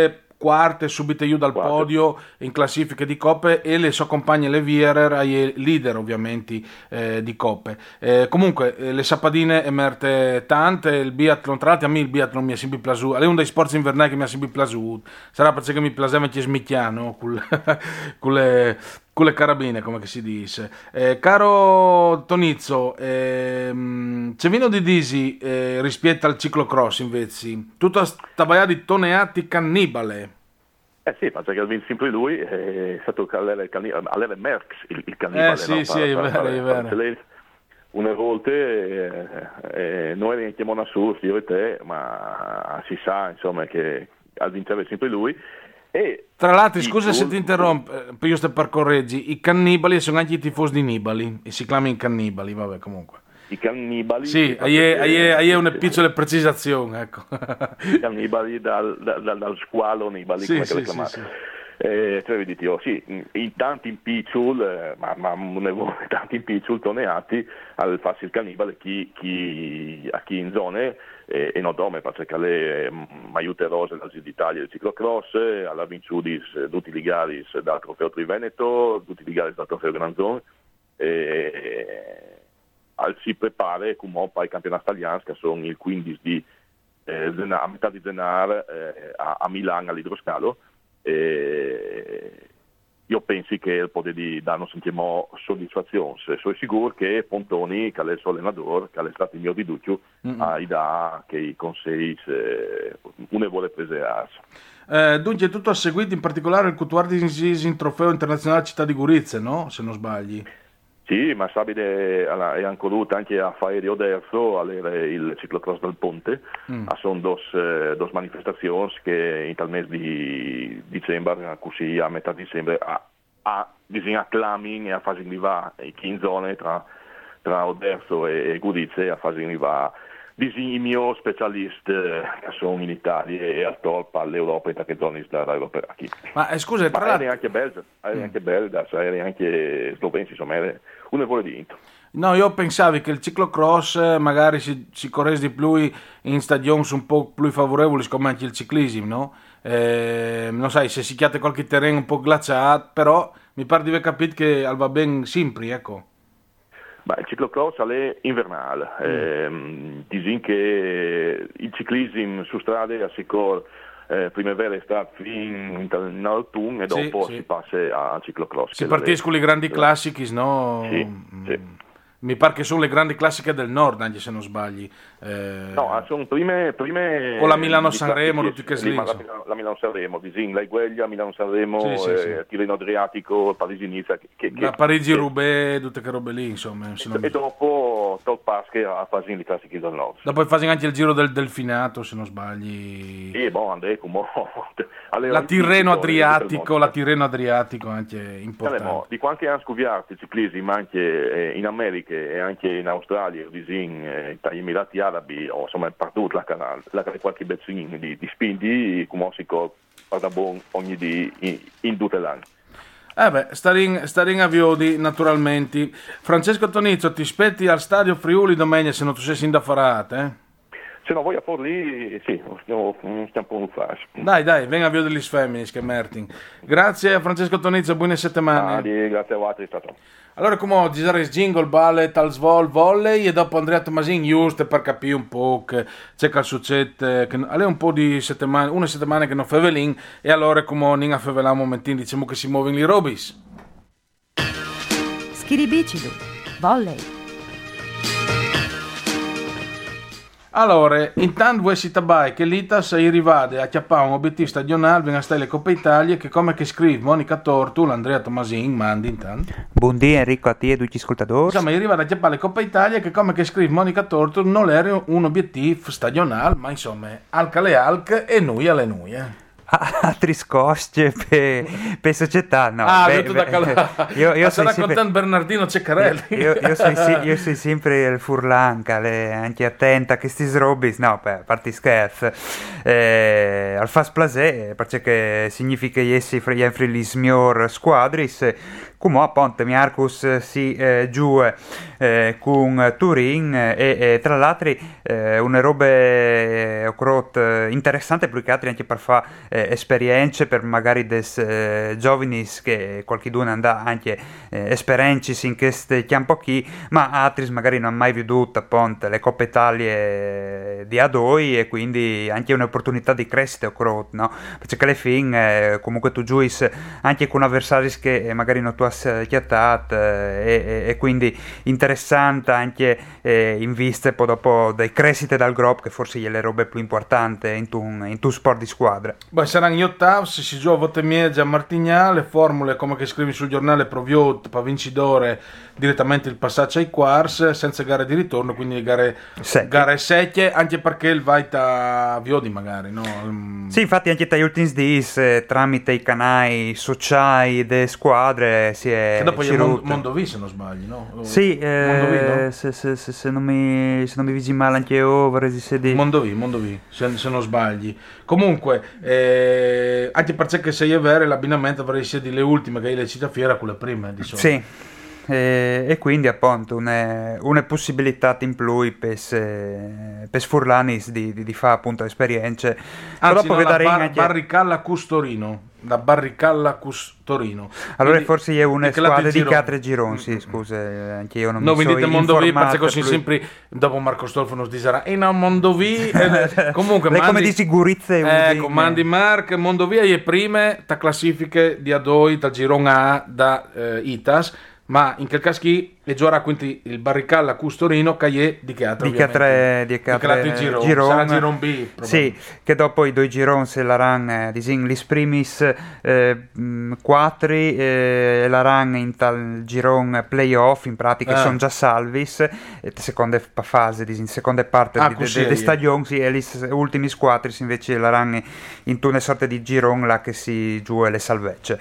quarte subite giù dal Quarte. podio in classifiche di coppe e le sue compagne le Vierer ai leader ovviamente eh, di coppe. Eh, comunque eh, le sappadine emerte tante, il biathlon, tra l'altro a me il biathlon mi è sempre piaciuto, è uno dei sport invernali che mi è sempre piaciuto, sarà perché mi piaceva anche smicchiano con le con le carabine, come che si dice. Eh, caro Tonizzo, ehm, c'è vino di disi eh, rispetto al ciclocross invece, tutta sta baia di toneati cannibale. Eh sì, ma perché ha vinto sempre lui, è stato all'Ere Merckx il, il cannibale. Eh sì, no? sì, è vero, è vero. Una volta eh, eh, noi eravamo a surf, io e te, ma si sa insomma che ha vinto sempre lui. E tra l'altro, scusa tour... se ti interrompo, eh, io sto per correggi, i cannibali sono anche i tifosi di Nibali e si chiamano cannibali, vabbè comunque. I cannibali... Sì, hai una piccola precisazione, ecco. I cannibali dal, dal, dal squalo Nibali, sì, come sì, le sì, sì. Eh, cioè, vedi, oh, sì, in tanti in picciul, eh, ma, ma ne vuole tanti in picciul toneati al farsi il cannibale chi, chi, a chi in zone eh, e non dome, perché le Maiute Rose dal Giro d'Italia del ciclocross, alla Vinciudis tutti i garis dal Trofeo Triveneto, tutti i garis dal Trofeo Granzone, eh, al si prepara come poi i campionati italiani che sono il quindici di eh, Zenar, a metà di Zenar eh, a, a Milano all'idroscalo. Eh, io penso che il potere di danno sentiamo soddisfazione, sono sicuro che Pontoni, che è il suo allenatore, che è stato il mio fiducio, mm-hmm. ha da che i consigli eh, uno vuole preservarsi. Eh, dunque tutto ha seguito in particolare il quattordicesimo in trofeo internazionale città di Gurizze, no? Se non sbagli. Sì, ma Sabide è ancora anche a fare di Oderzo all'era il ciclocross del Ponte, mm. sono due dos manifestazioni che in tal mese di dicembre, così a metà dicembre, a, a disegnato clami e a fare arrivare in zone tra, tra Oderzo e Gurizze a fare arrivare disegno specialisti che sono in Italia e al top all'Europa e che zone dall'Europa qui. Ma eh, scusa, tra l'altro anche belga, mm. anche belga, anche sloveni, insomma, uno vuole vinto. No, io pensavo che il ciclocross magari si, si corresse di più in stagioni un po' più favorevoli come anche il ciclismo, no? Eh, non sai, se si chiate qualche terreno un po' glaciato, però mi pare di aver capito che va ben sempre, ecco. Beh, il ciclocross è invernale, mm. eh, dicono che il ciclismo su strade è sicuro eh, primavera e estate fino in autunno e dopo sì, sì. si passa al ciclocross. Si partisce con le grandi classiche, no? Sì, mm. sì. Mi pare che sono le grandi classiche del nord, anche se non sbagli. Eh... No, sono prime, prime... O la Milano-Sanremo, tutti che la, la Milano-Sanremo, Disin, la Gueglia, Milano-Sanremo, sì, sì, sì. Eh, Tirreno Adriatico, Parigi-Nizza. Che, che, la Parigi-Roubaix, tutte che robe lì, insomma. E, e dopo Top Pasche a fare le classiche del nord. Dopo fai anche il giro del Delfinato, se non sbagli. Sì, boh, Andrea, come... La Tirreno Adriatico, la Tirreno Adriatico anche importante. Allora, di quanti anni scoviati i ciclismi, ma anche eh, in America e anche in Australia, disin, eh, negli Emirati Arabi, o insomma partito la canale, la qualche bezzino di, di spindi, come si guarda buon ogni di in, in tutte l'anno. Eh beh, starin, starin a Viodi, naturalmente. Francesco Tonizzo, ti aspetti al stadio Friuli domenica se non tu sei sindafarate, eh? Se non vuoi a Forlì, sì, stiamo, stiamo un fare. Dai, dai, venga a Vio degli Sfeminis, che Mertin. Grazie a Francesco Tonizzo, buone settimane. Ah, di, grazie a voi, è stato. Allora, come oggi, sarà jingle, ballet, al svol, volley, e dopo Andrea Tomasin, giusto per capire un po' che c'è che succede, che è un po' di settimane, una settimana che non fa velin, e allora come non affeveliamo un momentino, diciamo che si muovono i robis. Schiribicido, volley. Allora, intanto voi siete bai che l'Itas è arrivata a chiappare un obiettivo stagionale venga a stare le Coppa Italia che come che scrive Monica Tortu, l'Andrea Tomasin, mandi intanto. Buondì Enrico a te e tutti gli ascoltatori. Insomma, è arrivata a chiappare le Coppa Italia che come che scrive Monica Tortu non era un obiettivo stagionale, ma insomma, alca le alc e noi alle noi, eh. Altri scosce per pe società, no? Ah, beh, beh, da io, io sto raccontando sempre... Bernardino Ceccarelli. Io, io, sono, io sono sempre il furlanca, le, anche attenta a questi srobis, no, a parte scherzi. Eh, al fas plasè, perché significa che essi fra gli smior squadris, come appunto Marcus si eh, giù eh, con Turin e, e tra l'altro eh, una roba eh, interessante più che altro anche per fare eh, esperienze per magari des eh, giovani che qualcuno andà anche eh, esperienze in queste campo qui, ma altri magari non hanno mai veduto appunto le Coppe Italie di Adoi e quindi anche un'opportunità di crescita no? Perché alle fine eh, comunque tu giuis anche con avversari che magari non tu hai chiattato eh, e, e quindi interessante anche eh, in vista poi dopo dei crescite dal gruppo che forse è le robe più importanti in tu, in tu sport di squadra. Beh, saranno gli ottavi, si gioca a Votemie Gian Martignà, le formule come che scrivi sul giornale Proviot, per vincitore direttamente il passaggio ai quarts senza gare di ritorno, quindi gare secche, gare secche anche perché il Vaita Viodi magari, no? Sì, infatti anche tra gli ultimi dis eh, tramite i canali sociali delle squadre si è che dopo è Mond- Mondovì se non sbagli, no? Sì, eh, Mondovì, no? se, se, se, se non mi se non mi visi male anche over si di... Mondovì, Mondovì se, se non sbagli. Comunque eh, anche perché se è vero l'abbinamento avrei essere le ultime che hai le cita fiera con le prime di solito. Sì. E, e quindi appunto una, una possibilità in più per per Furlanis di, di, di fare appunto esperienze. Anzi, no, la bar, anche... Barricalla Custorino la Barricalla Custorino allora quindi, forse è una squadra di quattro gironi sì, scusa anche io non no, mi so informato Mondovì perché così lui... sempre dopo Marco Stolfo non dirà e no Mondovì eh, comunque le mandi, come di sicurezza ecco mandi Mark Mondovì è prime ta classifiche di Adoi da Giron A da eh, Itas ma in quel caso qui e giocherà quindi il Barricalla Custorino che di che altro di che tre di che altre Giron, Giron, sarà Giron B sì che dopo i due Giron se la ran eh, disin lis primis eh, quattro eh, la ran in tal Giron playoff in pratica ah. sono già salvis e seconda fase disin seconda parte ah, di de, de stagione sì, e lis ultimi quattro invece la ran in una sorta di Giron là che si giù le salvezze.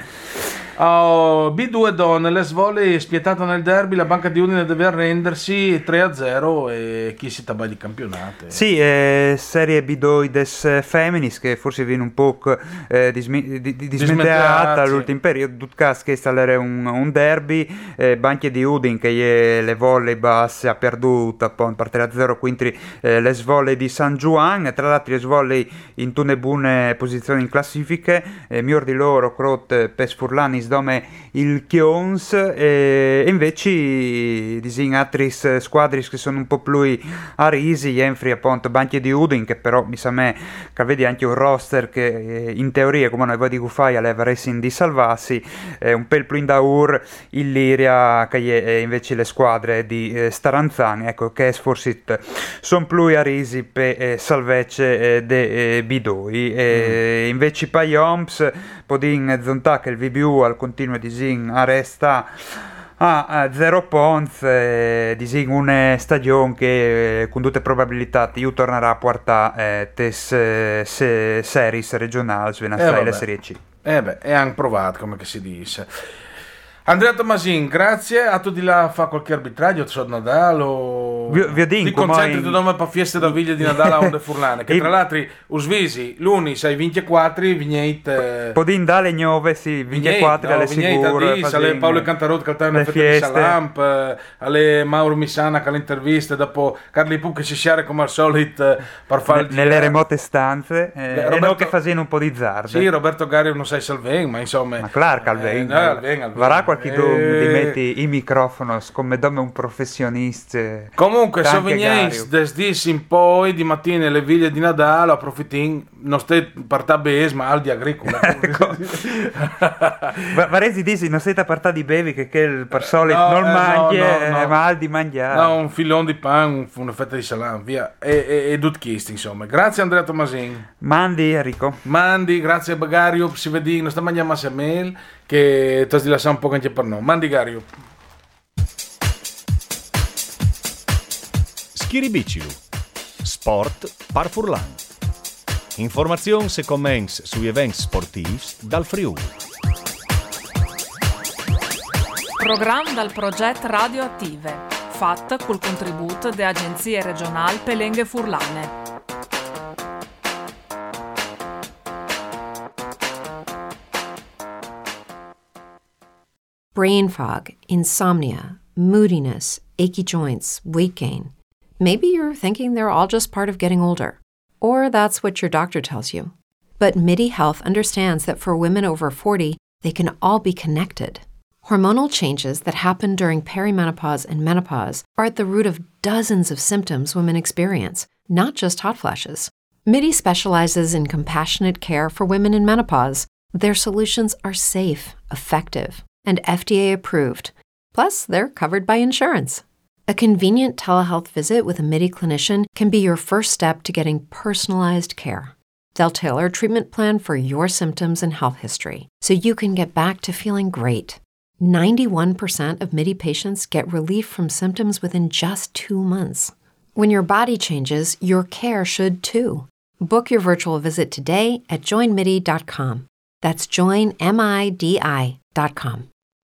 Oh, B due donne, le svolle spietata nel derby, la Banca di Udine deve arrendersi tre a zero e chi si tabà di campionato. Sì, eh, serie B due des Feminis che forse viene un po' eh, dismi- di, di, dismenteata all'ultimo periodo, Dutkas che installare un, un derby, eh, Banca di Udine che le volley basse ha perduto appunto per tre a zero, quindi eh, le svolle di San Juan, tra l'altro le svolle in tune buone posizioni in classifiche, eh, miglior di loro Crot Pes Furlanis dome il Chions e invece disin altri squadri che sono un po' più a risi Enfri appunto Banchi di Udin che però mi sa me che vedi anche un roster che in teoria come noi di Gufai alle avresti di salvarsi eh, un pel più in daur il Liria che è invece le squadre di eh, Staranzani ecco che forse sono più a risi per eh, salvece eh, de eh, Bidoi e mm. invece Paioms podin zontà che il V B U al continuo disin arresta a ah, zero points eh, disin una stagione che eh, con tutte probabilità io tornerà a portare eh, tes eh, se, series regionali venerdì eh, la Serie C eh beh è anche provato come che si dice. Andrea Tomasin, grazie a tutti là fa qualche arbitraggio su Nadal o vi, vi dico, ti concentri in... tu dove per feste da viglia di Nadal a onde furlane che tra l'altro usvisi l'uni sei ventiquattro vignete podin dale nove sì ventiquattro no, alle sicure alle Paolo Cantarot che una festa di Salamp alle Mauro Missana che all'intervista dopo Carli Pu che si sciare come al solito per fare ne, nelle remote stanze eh, Beh, Roberto, e non che facendo un po' di zarde sì Roberto Gario non sai Salven ma insomma ma Clark Alven eh, Alven, Alven varrà qualche eh... ti metti il microfono come dome un professionista comunque se venies desdis in poi di mattina le viglie di Nadal approfittin non stai partà bes ma al di agricola ecco. Varesi dici non stai a partà di bevi che, che il per solito no, non eh, mangi no, no, no. ma al di mangiare no un filone di pan una fetta di salame via e, e, e Dutchist insomma grazie Andrea Tomasin mandi Enrico mandi grazie a Bagario si vedi non sta mangiando a mail che ti lascia un po' anche per noi mandi Gario Schiribicilu Sport par Furlan informazioni e commenti sugli eventi sportivi dal Friuli. Programma dal progetto Radioattive fatto col contributo delle agenzie regionali Pelenghe Furlane. brain fog, insomnia, moodiness, achy joints, weight gain. Maybe you're thinking they're all just part of getting older, or that's what your doctor tells you. But MIDI Health understands that for women over forty, they can all be connected. Hormonal changes that happen during perimenopause and menopause are at the root of dozens of symptoms women experience, not just hot flashes. MIDI specializes in compassionate care for women in menopause. Their solutions are safe, effective, and F D A approved. Plus, they're covered by insurance. A convenient telehealth visit with a MIDI clinician can be your first step to getting personalized care. They'll tailor a treatment plan for your symptoms and health history, so you can get back to feeling great. ninety-one percent of MIDI patients get relief from symptoms within just two months. When your body changes, your care should too. Book your virtual visit today at join midi dot com. That's join midi dot com.